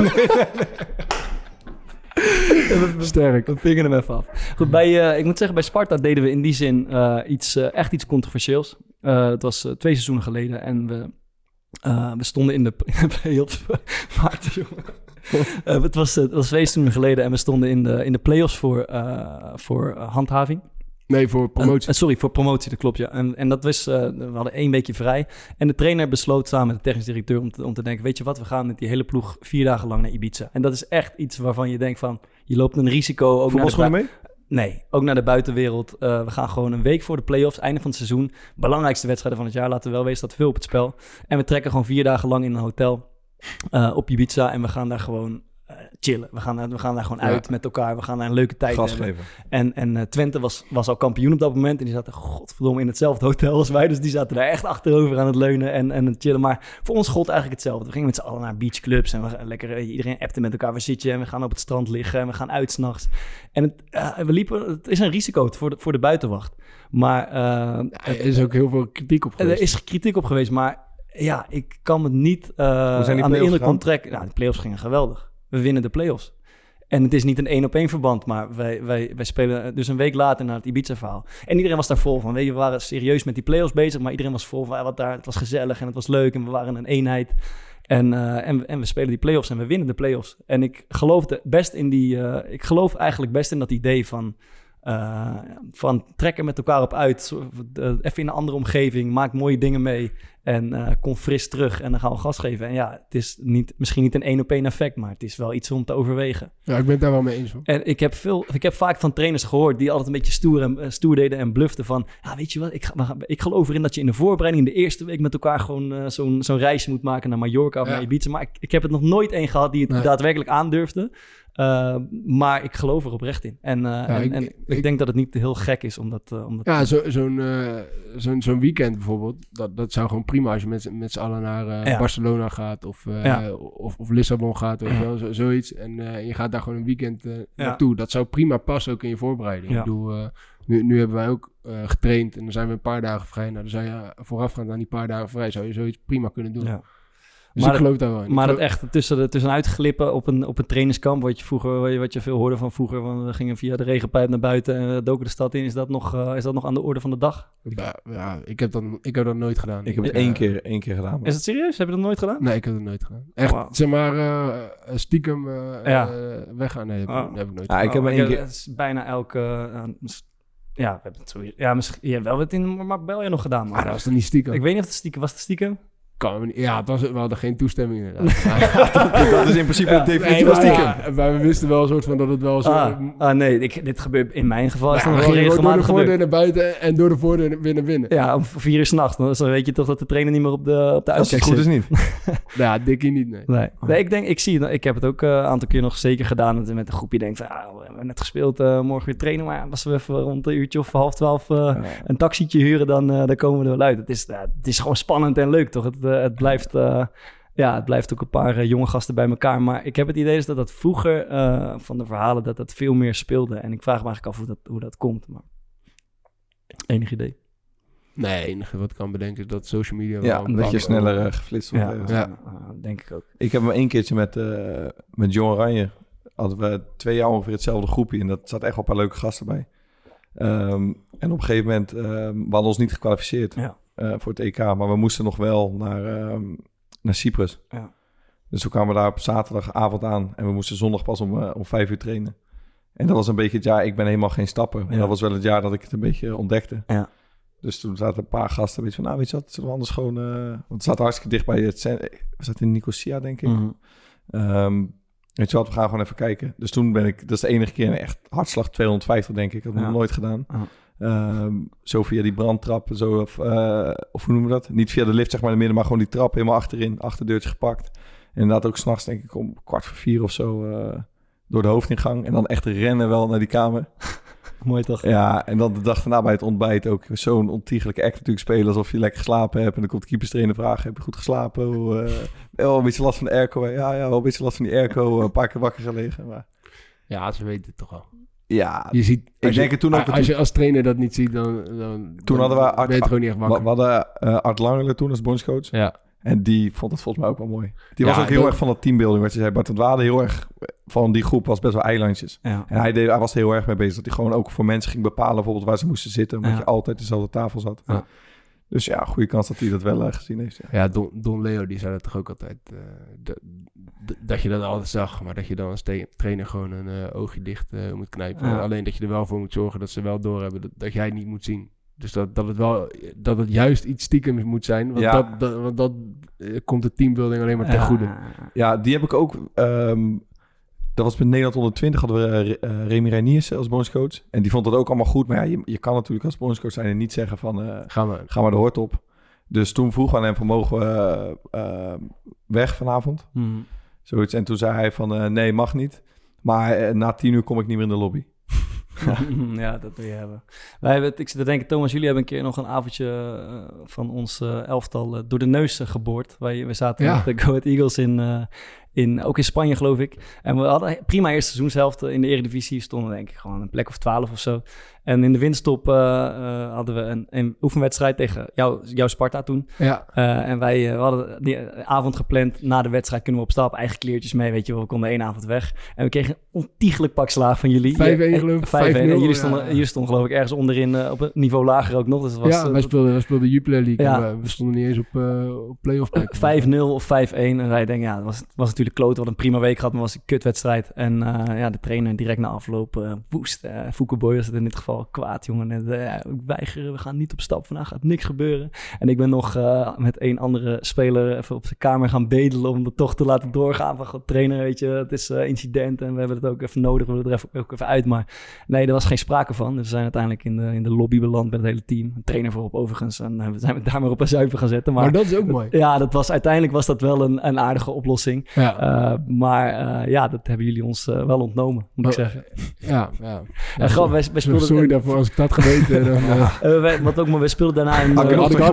Sterk. We pingen hem even af. Goed, ik moet zeggen, bij Sparta deden we in die zin echt iets controversieels. Het was 2 seizoenen geleden en we stonden in de play-offs. Maarten, jongen. Het was 2 seizoenen geleden en we stonden in de play-offs voor handhaving. Nee, voor promotie. Voor promotie, dat klopt, ja. En dat was, we hadden 1 weekje vrij. En de trainer besloot samen met de technisch directeur om te denken... weet je wat, we gaan met die hele ploeg 4 dagen lang naar Ibiza. En dat is echt iets waarvan je denkt van... je loopt een risico. Voetbalschoenen mee? Nee, ook naar de buitenwereld. We gaan gewoon een week voor de play-offs, einde van het seizoen. Belangrijkste wedstrijden van het jaar, laten we wel wezen, staat veel op het spel. En we trekken gewoon 4 dagen lang in een hotel op Ibiza. En we gaan daar gewoon... chillen. We gaan daar gewoon uit met elkaar. We gaan daar een leuke tijd hebben. En Twente was al kampioen op dat moment. En die zaten godverdomme in hetzelfde hotel als wij. Dus die zaten daar echt achterover aan het leunen en het chillen. Maar voor ons gold eigenlijk hetzelfde. We gingen met z'n allen naar beachclubs. En we lekker, iedereen appte met elkaar. Waar zit je? En we gaan op het strand liggen. En we gaan uit 's nachts. En het is een risico voor de buitenwacht. Maar... er is ook heel veel kritiek op geweest. Er is kritiek op geweest. Maar ja, ik kan het niet aan de indruk onttrekken. Nou, de play-offs gingen geweldig. We winnen de play-offs. En het is niet een 1-op-1 verband, maar wij spelen dus een week later naar het Ibiza-verhaal. En iedereen was daar vol van. Weet je, we waren serieus met die play-offs bezig, maar iedereen was vol van, het was gezellig en het was leuk en we waren een eenheid. En we spelen die play-offs en we winnen de play-offs. En ik geloof eigenlijk best in dat idee van trekken met elkaar op uit. Even in een andere omgeving, maak mooie dingen mee. En kom fris terug en dan gaan we gas geven. En ja, het is misschien niet een 1-op-1 effect, maar het is wel iets om te overwegen. Ja, ik ben het daar wel mee eens. Hoor. En ik heb vaak van trainers gehoord die altijd een beetje stoer deden en bluften van... Ja, weet je wat, ik geloof erin dat je in de voorbereiding de eerste week met elkaar gewoon zo'n reisje moet maken naar Mallorca of naar Ibiza. Maar ik heb het nog nooit één gehad die het daadwerkelijk aandurfde. Maar ik geloof er oprecht in. Ik denk dat het niet heel gek is om dat... Ja, zo'n weekend bijvoorbeeld, dat zou gewoon prima als je met z'n allen naar Barcelona gaat of Lissabon gaat of zoiets. En je gaat daar gewoon een weekend naartoe. Dat zou prima passen ook in je voorbereiding. Ja. Ik bedoel, nu hebben wij ook getraind en dan zijn we een paar dagaan vrij. Nou, dan zou je voorafgaand aan die paar dagen vrij, zou je zoiets prima kunnen doen. Ja. Dus maar ik geloof daar wel in. Maar dat echt tussenuit glippen op een trainingskamp, wat je veel hoorde van vroeger, want we gingen via de regenpijp naar buiten en doken de stad in. Is dat nog aan de orde van de dag? Ja, ik heb dat nooit gedaan. Ik heb het één keer gedaan. Maar... Is het serieus? Heb je dat nooit gedaan? Nee, ik heb het nooit gedaan. Echt, zeg maar, stiekem weggaan. Nee, heb ik nooit gedaan. Ik heb maar één keer... Het is bijna elke... we hebben het sowieso... Ja, misschien wel wat in Marbella nog gedaan. Maar dat was toch niet stiekem? Ik weet niet of het stiekem was. Het stiekem? Ja, we hadden geen toestemming. Dat is in principe de definitie van stiekem. Maar we wisten wel een soort van dat het wel zo... nee, dit gebeurt in mijn geval. Is dan nog regelmatig door de voordeur naar buiten en door de voordeur weer naar binnen. Ja, om 4 uur 's nachts. Dan weet je toch dat de trainer niet meer op de uitkijk zit. Goed is niet. Dikkie niet, nee. Ik heb het ook een aantal keer nog zeker gedaan. Dat je met een groepje denkt van, we hebben net gespeeld, morgen weer trainen. Maar als we even rond een uurtje of 11:30 een taxietje huren, dan komen we er wel uit. Het is gewoon spannend en leuk, toch? Het blijft ook een paar jonge gasten bij elkaar. Maar ik heb het idee dat vroeger van de verhalen dat veel meer speelde. En ik vraag me eigenlijk af hoe dat komt. Maar enig idee. Nee, het enige wat ik kan bedenken is dat social media... Ja, dat je sneller geflitst wordt. Ja, denk ik ook. Ik heb maar 1 keertje met John Oranje. Hadden we 2 jaar ongeveer hetzelfde groepje. En dat zat echt wel een paar leuke gasten bij. En op een gegeven moment... we hadden ons niet gekwalificeerd voor het EK. Maar we moesten nog wel naar Cyprus. Ja. Dus we kwamen daar op zaterdagavond aan. En we moesten zondag pas om 5 uur trainen. En dat was een beetje het jaar... Ik ben helemaal geen stapper. Maar dat was wel het jaar dat ik het een beetje ontdekte. Ja. Dus toen zaten een paar gasten een beetje van... weet je wat, zullen we anders gewoon... want het zat hartstikke dicht bij het... We zaten in Nicosia, denk ik. Mm-hmm. weet je wat, we gaan gewoon even kijken. Dus toen ben ik, dat is de enige keer echt hartslag 250 denk ik. Dat heb ik nog nooit gedaan. Zo via die brandtrap, zo, of hoe noemen we dat? Niet via de lift, zeg maar, in het midden, maar gewoon die trap helemaal achterin, achterdeurtje gepakt. En inderdaad ook 's nachts, denk ik, om 3:15 of zo door de hoofdingang. En dan echt rennen wel naar die kamer. Mooi toch? Ja, en dan de dag daarna bij het ontbijt ook zo'n ontiegelijke act natuurlijk spelen, alsof je lekker geslapen hebt. En dan komt de keeperstrainer vragen, heb je goed geslapen? Wel een beetje last van de airco. Ja, wel een beetje last van die airco. Een paar keer wakker gelegen. Maar... Ja, ze weten het toch wel. Ja, je ziet, als je als trainer dat niet ziet, dan toen hadden we ben je gewoon niet echt wakker. We hadden Art Langerle toen als bondscoach. Ja. En die vond het volgens mij ook wel mooi. Die was ook heel erg van dat teambuilding, wat je zei. Bart van Dwade heel erg van die groep, was best wel eilandjes. Ja. En hij was er heel erg mee bezig. Dat hij gewoon ook voor mensen ging bepalen bijvoorbeeld waar ze moesten zitten. Omdat je altijd dezelfde tafel zat. Ja. Dus ja, goede kans dat hij dat wel gezien heeft. Ja, Don Leo, die zei dat toch ook altijd. Dat je dat altijd zag, maar dat je dan als trainer gewoon een oogje dicht moet knijpen. Ja. Alleen dat je er wel voor moet zorgen dat ze wel doorhebben dat jij het niet moet zien. Dus dat het juist iets stiekems moet zijn. Want dat komt de teambuilding alleen maar ten goede. Ja, die heb ik ook... dat was met Nederland 120 hadden we Remy Reiniers als bondscoach. En die vond dat ook allemaal goed. Maar ja, je kan natuurlijk als bondscoach zijn en niet zeggen van... Ga maar de hort op. Dus toen vroeg we aan hem van mogen we weg vanavond. Zoiets. En toen zei hij van nee, mag niet. Maar na 10 kom ik niet meer in de lobby. Ja, dat wil je hebben. Ik zit te denken, Thomas, jullie hebben een keer nog een avondje van ons elftal door de neus geboord. We zaten met de Go Ahead Eagles ook in Spanje, geloof ik. En we hadden prima eerste seizoenshelft in de Eredivisie. Stonden denk ik gewoon een plek of 12 of zo. En in de winterstop hadden we een oefenwedstrijd tegen jouw Sparta toen. Ja. En we hadden die avond gepland. Na de wedstrijd kunnen we op stap, eigen kleertjes mee. Weet je wel, we konden 1 avond weg. En we kregen een ontiegelijk pak slaag van jullie. 5-1 geloof ik. 5-0. En jullie stonden geloof ik ergens onderin op een niveau lager ook nog. Dus het was, wij speelden Jupiler League. Ja. We stonden niet eens op play-off plek. 5-0 of 5-1. En wij denken, het was natuurlijk kloten. We hadden een prima week gehad, maar was een kutwedstrijd. En de trainer direct na afloop woest. Foucault was het in dit geval kwaad, jongen. En, weigeren, we gaan niet op stap. Vandaag gaat niks gebeuren. En ik ben nog met een andere speler even op zijn kamer gaan bedelen om het toch te laten doorgaan. Van, god, trainer, weet je, het is incident en we hebben het ook even nodig. We willen er ook even uit. Maar nee, er was geen sprake van. Dus we zijn uiteindelijk in de lobby beland met het hele team. Een trainer voorop overigens. En we zijn daar maar op een zuiver gaan zetten. Maar dat is ook mooi. Ja, uiteindelijk was dat wel een aardige oplossing. Ja. Dat hebben jullie ons wel ontnomen, moet ik zeggen. Ja. Wij speelden... Sorry daarvoor als ik dat geweten. We speelden daarna in...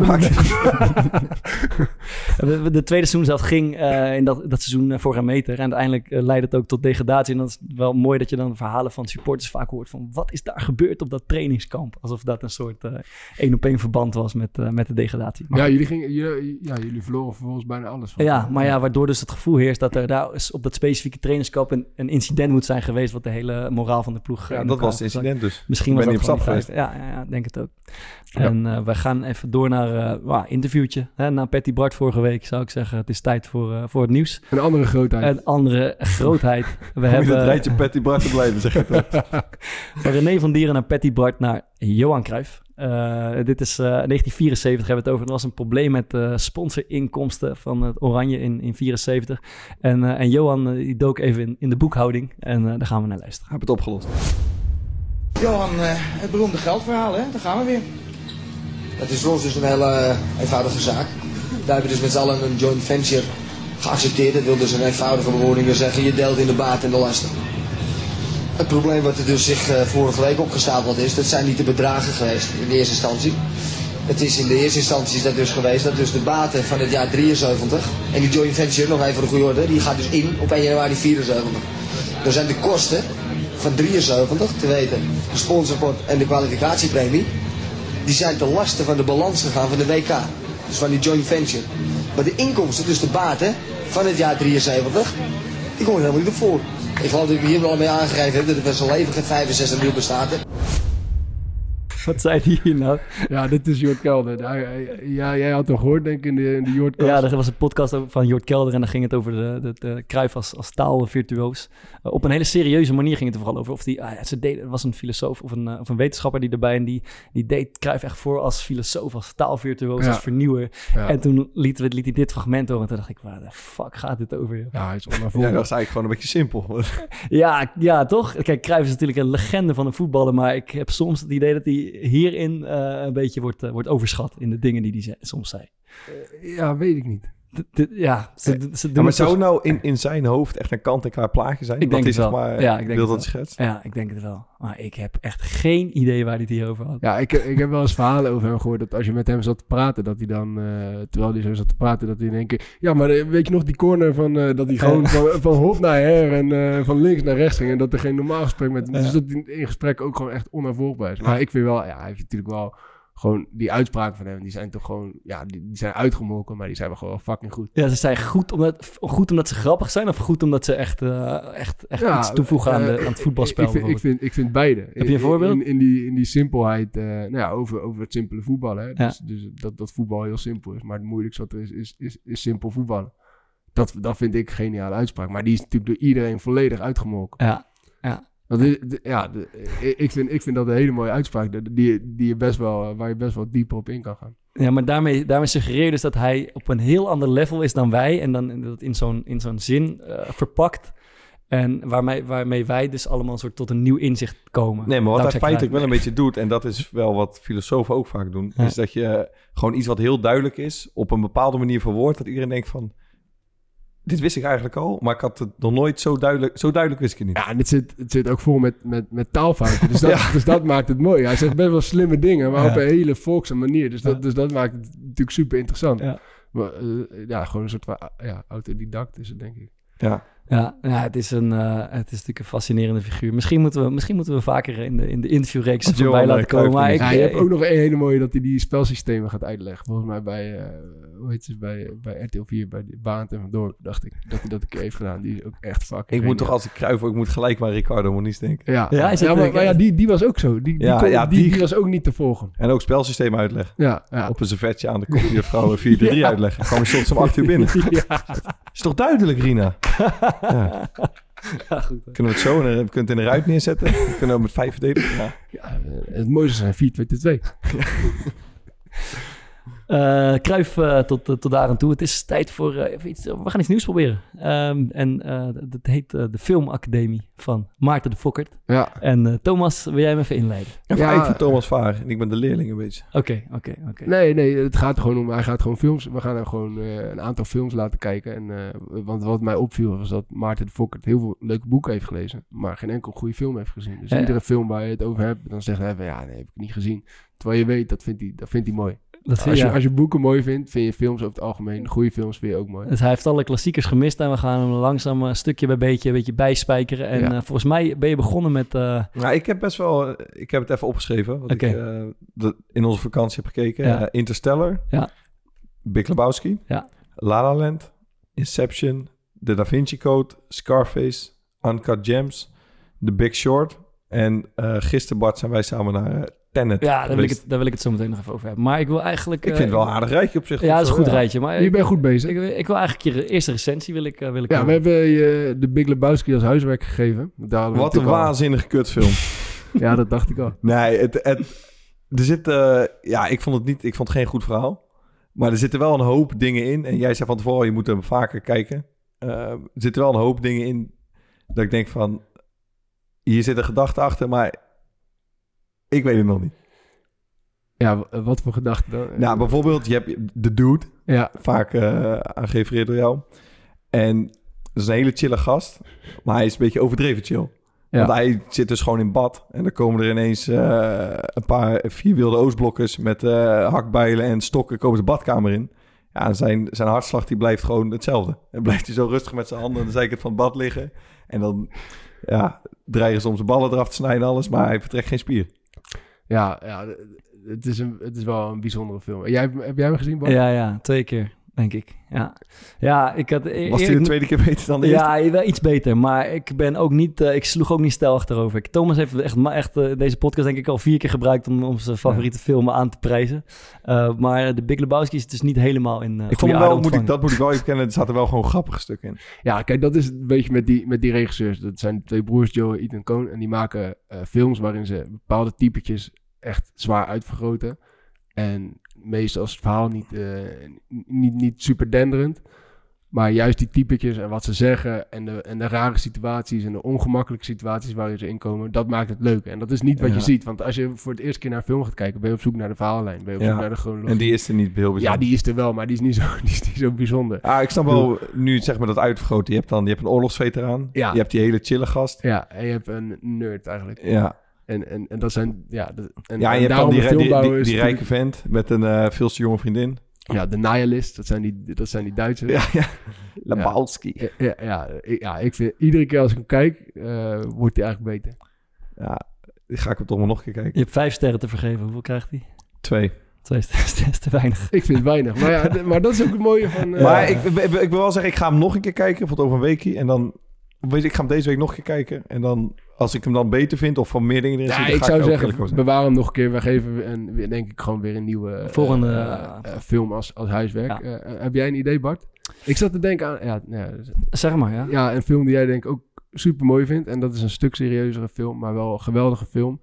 de tweede seizoen zelf ging in dat seizoen voor een meter. En uiteindelijk leidde het ook tot degradatie. En dat is wel mooi dat je dan verhalen van supporters vaak hoort van... wat is daar gebeurd op dat trainingskamp? Alsof dat een soort 1-op-1 verband was met de degradatie. Maar jullie verloren vervolgens bijna alles. Waardoor dus het gevoel heerst dat er daar op dat specifieke trainingskamp een incident moet zijn geweest... wat de hele moraal van de ploeg... Ja, dat was het incident dus. Misschien was dat niet op stap geweest. Ja, denk het ook. Ja. En we gaan even door naar interviewtje. Na Patty Bart vorige week zou ik zeggen... het is tijd voor het nieuws. Een andere grootheid. We hebben het rijtje Patty Bart te blijven, zeg ik dat. Van René van Dieren naar Patty Bart naar Johan Cruijff. Dit is 1974 hebben we het over. Er was een probleem met sponsorinkomsten van het Oranje in 74. En Johan die dook even in de boekhouding. En daar gaan we naar luisteren. Heb het opgelost. Johan, het beroemde geldverhaal, hè? Daar gaan we weer. Dat is voor ons dus een hele eenvoudige zaak. Daar hebben we dus met z'n allen een joint venture geaccepteerd. Dat wil dus een eenvoudige bewoording zeggen. Je deelt in de baat en de lasten. Het probleem wat er dus zich vorige week opgestapeld is, dat zijn niet de bedragen geweest in de eerste instantie. Het is in de eerste instantie is dat dus geweest dat dus de baten van het jaar 73 en die joint venture, nog even voor de goede orde, die gaat dus in op 1 januari 74. Dan zijn de kosten van 73, te weten de sponsorpot en de kwalificatiepremie, die zijn ten laste van de balans gegaan van de WK. Dus van die joint venture. Maar de inkomsten, dus de baten van het jaar 73, die komen er helemaal niet op voor. Ik geloof dat ik hier al mee aangegeven heb dat er best een leven geen 65 miljoen bestaat. Wat zei die hier nou? Ja, dit is Jort Kelder. Jij had hem gehoord, denk ik, in de Jortkast. Ja, er was een podcast van Jort Kelder en dan ging het over de Cruijff als taalvirtuoos. Op een hele serieuze manier ging het er vooral over. Of er was een filosoof of een wetenschapper die erbij en die deed Cruijff echt voor als filosoof, als taalvirtuoos, als vernieuwer. Ja. En toen liet hij dit fragment horen en toen dacht ik, waar de fuck gaat dit over? Joh? Ja, hij is onafvolgbaar. Ja, dat is eigenlijk gewoon een beetje simpel. Ja, toch? Kijk, Cruijff is natuurlijk een legende van een voetballer, maar ik heb soms het idee dat hij hierin een beetje wordt overschat in de dingen die hij soms zei. Ja, weet ik niet. Maar zou nou in zijn hoofd echt een kant-en-klaar plaatje zijn? Ik denk het wel. Ik wil dat schetsen. Ja, ik denk het wel. Maar ik heb echt geen idee waar hij het hier over had. Ja, ik heb wel eens verhalen over hem gehoord dat als je met hem zat te praten, dat hij dan, terwijl hij zo zat te praten, dat hij in één keer... Ja, maar weet je nog die corner van dat hij gewoon van hot naar her en van links naar rechts ging en dat er geen normaal gesprek met... Dus dat hij in gesprek ook gewoon echt onafvolgbaar is. Maar ik vind wel, hij heeft natuurlijk wel... Gewoon die uitspraken van hem, die zijn toch gewoon... Ja, die zijn uitgemolken, maar die zijn wel gewoon fucking goed. Ja, ze zijn goed omdat ze grappig zijn... of goed omdat ze echt iets toevoegen aan het voetbalspel? Ik vind beide. Heb je een voorbeeld? In die simpelheid, over het simpele voetballen. Hè? Dus dat voetbal heel simpel is. Maar het moeilijkste wat er is simpel voetballen. Dat vind ik een geniale uitspraak. Maar die is natuurlijk door iedereen volledig uitgemolken. Ja. Ik vind dat een hele mooie uitspraak die je waar je best wel dieper op in kan gaan. Ja, maar daarmee suggereer je dus dat hij op een heel ander level is dan wij en dan dat in zo'n zin verpakt en waarmee wij dus allemaal een soort tot een nieuw inzicht komen. Nee, maar wat hij feitelijk wel een beetje doet, en dat is wel wat filosofen ook vaak doen, is dat je gewoon iets wat heel duidelijk is op een bepaalde manier verwoordt, dat iedereen denkt van... Dit wist ik eigenlijk al, maar ik had het nog nooit zo duidelijk wist ik het niet. Ja, en het zit ook vol met taalfouten. Dus dat maakt het mooi. Hij zegt best wel slimme dingen, maar op een hele volkse manier. Dus dat maakt het natuurlijk super interessant. Ja. Maar, gewoon een soort van autodidact is het, denk ik. Ja, het is natuurlijk een fascinerende figuur. Misschien moeten we vaker in de interviewreeks voorbij laten komen. Maar je hebt ook nog een hele mooie dat hij die spelsystemen gaat uitleggen. Volgens mij bij RTL 4, bij Barend en Van Dorp, dacht ik dat hij dat een keer heeft gedaan. Die is ook echt fucking... Ik moet toch als ik Cruijff, ik moet gelijk maar Ricardo Moniz denken. Maar die was ook zo. Die was ook niet te volgen. En ook spelsystemen uitleggen. Ja. Op een servetje aan de kop die vrouw 4-3 uitleggen. Kwam je soms om 8 uur binnen. Is toch duidelijk, Rina? Ja, goed. Kunnen we het zo? We kunnen het in de ruit neerzetten. We kunnen ook met 5 verdedigen. Ja, het mooiste zijn 4-2-2. Cruijff tot daar aan toe. Het is tijd voor iets. We gaan iets nieuws proberen. Dat heet de Filmacademie van Maarten de Fokkert. Ja. En Thomas, wil jij hem even inleiden? Ik vind Thomas Vaar en ik ben de leerling een beetje. Oké. Nee, het gaat er gewoon om. Hij gaat gewoon films. We gaan hem gewoon een aantal films laten kijken. Want wat mij opviel was dat Maarten de Fokkert heel veel leuke boeken heeft gelezen, maar geen enkel goede film heeft gezien. Dus iedere film waar je het over hebt, dan zegt hij van nee, heb ik niet gezien. Terwijl je weet, dat vindt hij mooi. Als je boeken mooi vindt, vind je films over het algemeen, goede films vind je ook mooi. Dus hij heeft alle klassiekers gemist en we gaan hem langzaam stukje bij beetje, een beetje bijspijkeren. En volgens mij ben je begonnen met... ik heb het even opgeschreven, wat ik in onze vakantie heb gekeken. Interstellar, Big Lebowski, La La Land, Inception, The Da Vinci Code, Scarface, Uncut Gems, The Big Short. En gisteren, Bart, zijn wij samen naar... Tenet. Ja, daar wil ik het zo meteen nog even over hebben. Maar ik wil eigenlijk... ik vind het wel een aardig rijtje op zich. Ja, het is een goed rijtje. Maar je bent goed bezig. Ik wil eigenlijk je eerste recensie wil ik we hebben de Big Lebowski als huiswerk gegeven. Wat een waanzinnige kutfilm. Ja, dat dacht ik al. Nee, er zit... ik vond het geen goed verhaal. Maar er zitten wel een hoop dingen in. En jij zei van tevoren, je moet hem vaker kijken. Er zitten wel een hoop dingen in dat ik denk van... Hier zit een gedachte achter, maar... Ik weet het nog niet. Ja, wat voor gedachten dan? Nou, bijvoorbeeld, je hebt de Dude. Ja. Vaak aangerefereerd door jou. En dat is een hele chille gast. Maar hij is een beetje overdreven chill. Ja. Want hij zit dus gewoon in bad. En dan komen er ineens 4 wilde Oostblokkers met hakbijlen en stokken komen de badkamer in. Ja, zijn hartslag die blijft gewoon hetzelfde. En blijft hij zo rustig met zijn handen aan de zijkant van het bad liggen. En dan dreigen ze om zijn ballen eraf te snijden en alles. Maar hij vertrekt geen spier. Ja, het is wel een bijzondere film. Heb jij hem gezien, Bart? Ja, 2 keer. denk ik. Ja, ik had... Was die de tweede keer beter dan de eerste? Ja, wel iets beter. Maar ik ben ook niet... ik sloeg ook niet stijl achterover. Thomas heeft echt deze podcast denk ik al 4 keer gebruikt om zijn favoriete film aan te prijzen. Maar de Big Lebowski is dus niet helemaal in... ik vond hem wel, dat moet ik wel even kennen, er zaten wel gewoon grappige stukken in. Ja, kijk, dat is een beetje met die regisseurs. Dat zijn 2 broers, Joe en Ethan Coen. En die maken films waarin ze bepaalde typetjes echt zwaar uitvergroten. En meestal is het verhaal niet super denderend. Maar juist die typetjes en wat ze zeggen en de rare situaties en de ongemakkelijke situaties waarin ze inkomen, dat maakt het leuk. En dat is niet wat je ziet. Want als je voor het eerst keer naar een film gaat kijken, ben je op zoek naar de verhaallijn. Ben je op zoek naar de chronologie. En die is er niet heel bijzonder. Ja, die is er wel, maar die is niet zo bijzonder. Ik snap wel, nu zeg maar dat uitvergroten. Je hebt een oorlogsveteraan. Ja. Je hebt die hele chille gast. Ja, en je hebt een nerd eigenlijk. Ja. En dat zijn... Ja, en je hebt dan die rijke vent met een veel te jonge vriendin. Ja, de nihilist, dat zijn die Duitsers. Ja. Lebowski. Ja, ik vind iedere keer als ik hem kijk, wordt hij eigenlijk beter. Ja, die ga ik hem toch maar nog een keer kijken. Je hebt 5 sterren te vergeven. Hoeveel krijgt hij? 2. 2 sterren is te weinig. Ik vind het weinig. Maar dat is ook het mooie van... Maar ik wil wel zeggen, ik ga hem nog een keer kijken, voor over een weekje. En dan, ik ga hem deze week nog een keer kijken. En dan, als ik hem dan beter vind of van meer dingen erin zitten, ik zou zeggen, bewaar hem nog een keer. We geven denk ik gewoon weer een nieuwe volgende film als huiswerk. Ja. Heb jij een idee, Bart? Ik zat te denken aan... zeg maar, ja. Ja, een film die jij denk ik ook super mooi vindt. En dat is een stuk serieuzere film, maar wel een geweldige film.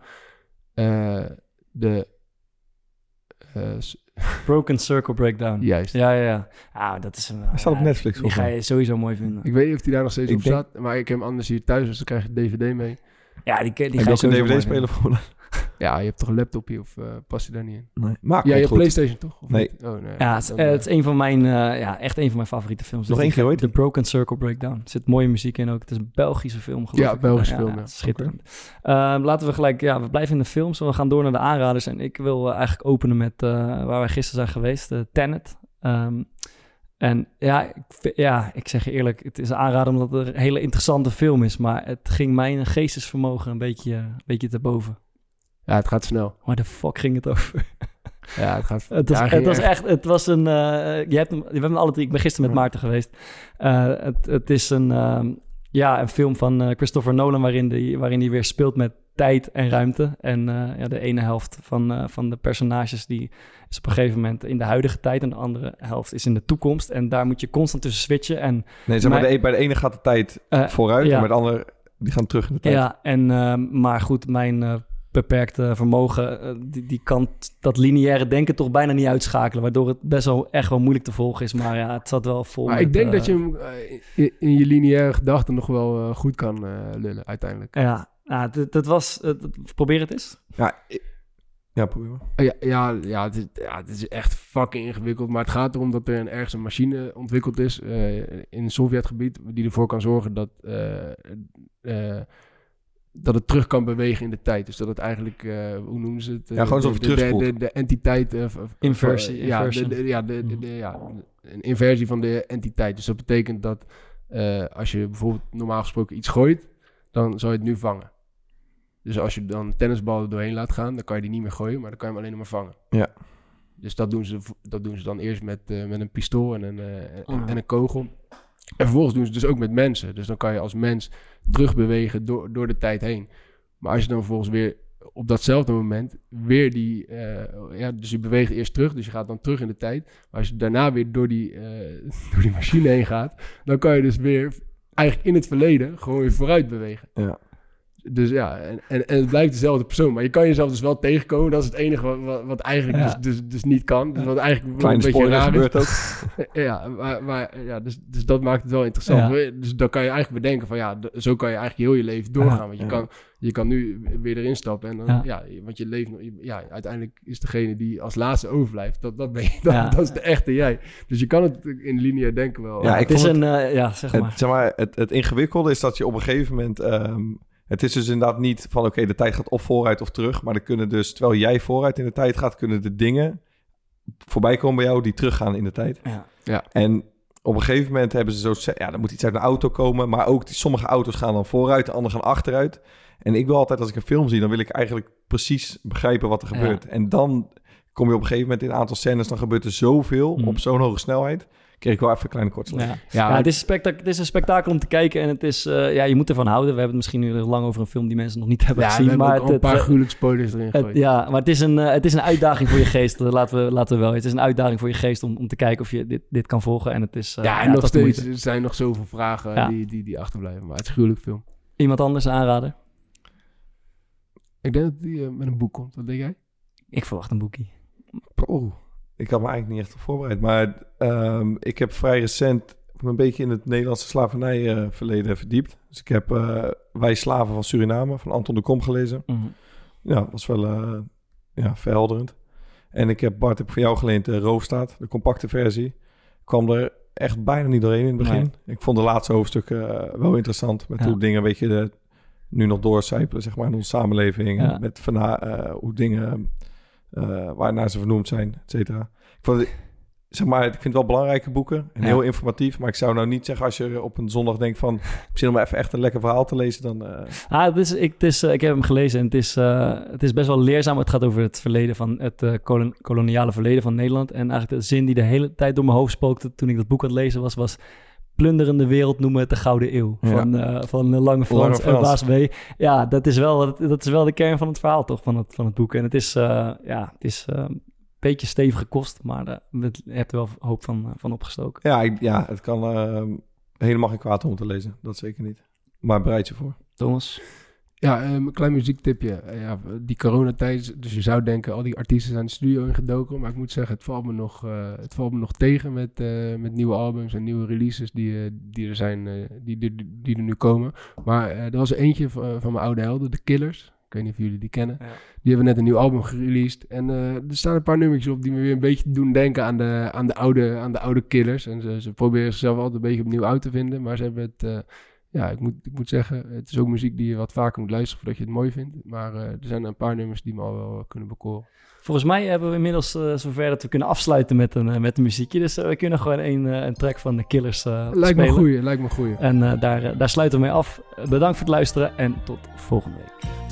Broken Circle Breakdown. Juist. Ja. Dat is een... Hij staat op Netflix. Die ga je sowieso mooi vinden. Ik weet niet of die daar nog steeds op staat, maar ik heb hem anders hier thuis, dus dan krijg je DVD mee. Ja, die ga je ook een DVD-speler voor. Ja, je hebt toch een laptop hier of past hij daar niet in? Nee. Maar je hebt PlayStation toch? Of nee. Oh, nee. Ja, het is een van mijn, echt een van mijn favoriete films. Nog één keer ooit? The Broken Circle Breakdown. Er zit mooie muziek in ook. Het is een Belgische film, geloof ik. Ja, Belgische film. Ja. Schitterend. Okay. Laten we gelijk, we blijven in de films. We gaan door naar de aanraders. En ik wil eigenlijk openen met waar wij gisteren zijn geweest. Tenet. En ik zeg je eerlijk, het is een aanrader omdat het een hele interessante film is. Maar het ging mijn geestesvermogen een beetje te boven. Ja, het gaat snel. Waar de fuck ging het over? Ja, het gaat... Het was een... je hebt hem alle 3... Ik ben gisteren met Maarten geweest. Het is een film van Christopher Nolan waarin hij weer speelt met tijd en ruimte. En de ene helft van de personages die is op een gegeven moment in de huidige tijd en de andere helft is in de toekomst. En daar moet je constant tussen switchen. En nee, zeg maar, bij de ene gaat de tijd vooruit en bij de andere die gaan terug in de tijd. Ja, maar goed, mijn beperkte vermogen, die kan dat lineaire denken toch bijna niet uitschakelen, waardoor het best wel echt wel moeilijk te volgen is. Maar ja, het zat wel vol. Maar ik denk dat je hem in je lineaire gedachten nog wel goed kan lullen uiteindelijk. Ja, dat was... probeer het eens. Ja, probeer maar. Het is echt fucking ingewikkeld. Maar het gaat erom dat er ergens een machine ontwikkeld is in het Sovjetgebied die ervoor kan zorgen dat het terug kan bewegen in de tijd. Dus dat het eigenlijk, hoe noemen ze het? Gewoon zo terugspoelt. De entiteit... Inversie. Een inversie van de entiteit. Dus dat betekent dat als je bijvoorbeeld normaal gesproken iets gooit, dan zou je het nu vangen. Dus als je dan tennisbal er doorheen laat gaan, dan kan je die niet meer gooien, maar dan kan je hem alleen nog maar vangen. Ja. Dus dat doen ze dan eerst met een pistool en een kogel. En vervolgens doen ze het dus ook met mensen. Dus dan kan je als mens terugbewegen door de tijd heen. Maar als je dan vervolgens weer op datzelfde moment weer dus je beweegt eerst terug, dus je gaat dan terug in de tijd. Maar als je daarna weer door die machine heen gaat, dan kan je dus weer eigenlijk in het verleden gewoon weer vooruit bewegen. Ja. Dus ja, en het blijft dezelfde persoon. Maar je kan jezelf dus wel tegenkomen. Dat is het enige wat eigenlijk dus niet kan. Dus wat eigenlijk kleine een beetje raar gebeurt ook. Dus dat maakt het wel interessant. Ja. Dus dan kan je eigenlijk bedenken van zo kan je eigenlijk heel je leven doorgaan. Want je kan nu weer erin stappen. En dan, want je leeft nog... Ja, uiteindelijk is degene die als laatste overblijft. Dat ben je. Dat is de echte jij. Dus je kan het in lineair denken wel. Ja, het is zeg maar. Het ingewikkelde is dat je op een gegeven moment... het is dus inderdaad niet van de tijd gaat of vooruit of terug. Maar er kunnen dus, terwijl jij vooruit in de tijd gaat, kunnen de dingen voorbij komen bij jou die teruggaan in de tijd. Ja. En op een gegeven moment hebben ze zo... Ja, er moet iets uit een auto komen. Maar ook sommige auto's gaan dan vooruit, de andere gaan achteruit. En ik wil altijd, als ik een film zie, dan wil ik eigenlijk precies begrijpen wat er gebeurt. En dan kom je op een gegeven moment in een aantal scènes, dan gebeurt er zoveel op zo'n hoge snelheid. Kreeg ik wel even een kleine kortslag. Ja, het is een spektakel om te kijken en het is, je moet ervan houden. We hebben het misschien nu lang over een film die mensen nog niet hebben gezien. We hebben maar ook al een paar gruwelijke spoilers erin gegooid. Ja, maar het is een uitdaging voor je geest. Laten we wel weten. Het is een uitdaging voor je geest om te kijken of je dit kan volgen. En het is... en nog steeds, er zijn nog zoveel vragen die achterblijven. Maar het is een gruwelijk film. Iemand anders aanraden? Ik denk dat die met een boek komt. Wat denk jij? Ik verwacht een boekie. Ik had me eigenlijk niet echt op voorbereid. Maar ik heb vrij recent me een beetje in het Nederlandse slavernijverleden verdiept. Dus ik heb Wij Slaven van Suriname van Anton de Kom gelezen. Mm-hmm. Ja, was wel verhelderend. En ik heb Bart van jou geleend de Roofstaat, de compacte versie. Ik kwam er echt bijna niet doorheen in het begin. Nee. Ik vond de laatste hoofdstukken wel interessant. Met hoe dingen, weet je, nu nog doorcijpelen, zeg maar, in onze samenleving. Ja. Met hoe dingen... waarnaar ze vernoemd zijn, et cetera. Ik vind het wel belangrijke boeken en heel informatief, maar ik zou nou niet zeggen als je op een zondag denkt van misschien om even echt een lekker verhaal te lezen, dan... Ik heb hem gelezen en het is best wel leerzaam. Het gaat over het verleden van het koloniale verleden van Nederland en eigenlijk de zin die de hele tijd door mijn hoofd spookte toen ik dat boek aan het lezen was plunderende wereld noemen het de Gouden Eeuw van Lange Frans en Baas B. Ja, dat is wel de kern van het verhaal toch, van het boek. En het is een beetje stevige kost, maar je hebt er wel hoop van opgestoken. Het kan helemaal geen kwaad om te lezen. Dat zeker niet. Maar bereid je voor. Thomas? Ja, een klein muziektipje. Die coronatijd, dus je zou denken, al die artiesten zijn de studio ingedoken. Maar ik moet zeggen, het valt me nog tegen met nieuwe albums en nieuwe releases die er zijn, die er nu komen. Maar er was eentje van mijn oude helden, The Killers. Ik weet niet of jullie die kennen. Ja. Die hebben net een nieuw album gereleased. En er staan een paar nummertjes op die me weer een beetje doen denken aan de oude Killers. En ze proberen zichzelf altijd een beetje opnieuw uit te vinden. Maar ze hebben het... ik moet zeggen, het is ook muziek die je wat vaker moet luisteren voordat je het mooi vindt. Maar er zijn een paar nummers die me al wel kunnen bekoren. Volgens mij hebben we inmiddels zover dat we kunnen afsluiten met een muziekje. Dus we kunnen gewoon een track van de Killers spelen. Lijkt me een goeie. En daar sluiten we mee af. Bedankt voor het luisteren en tot volgende week.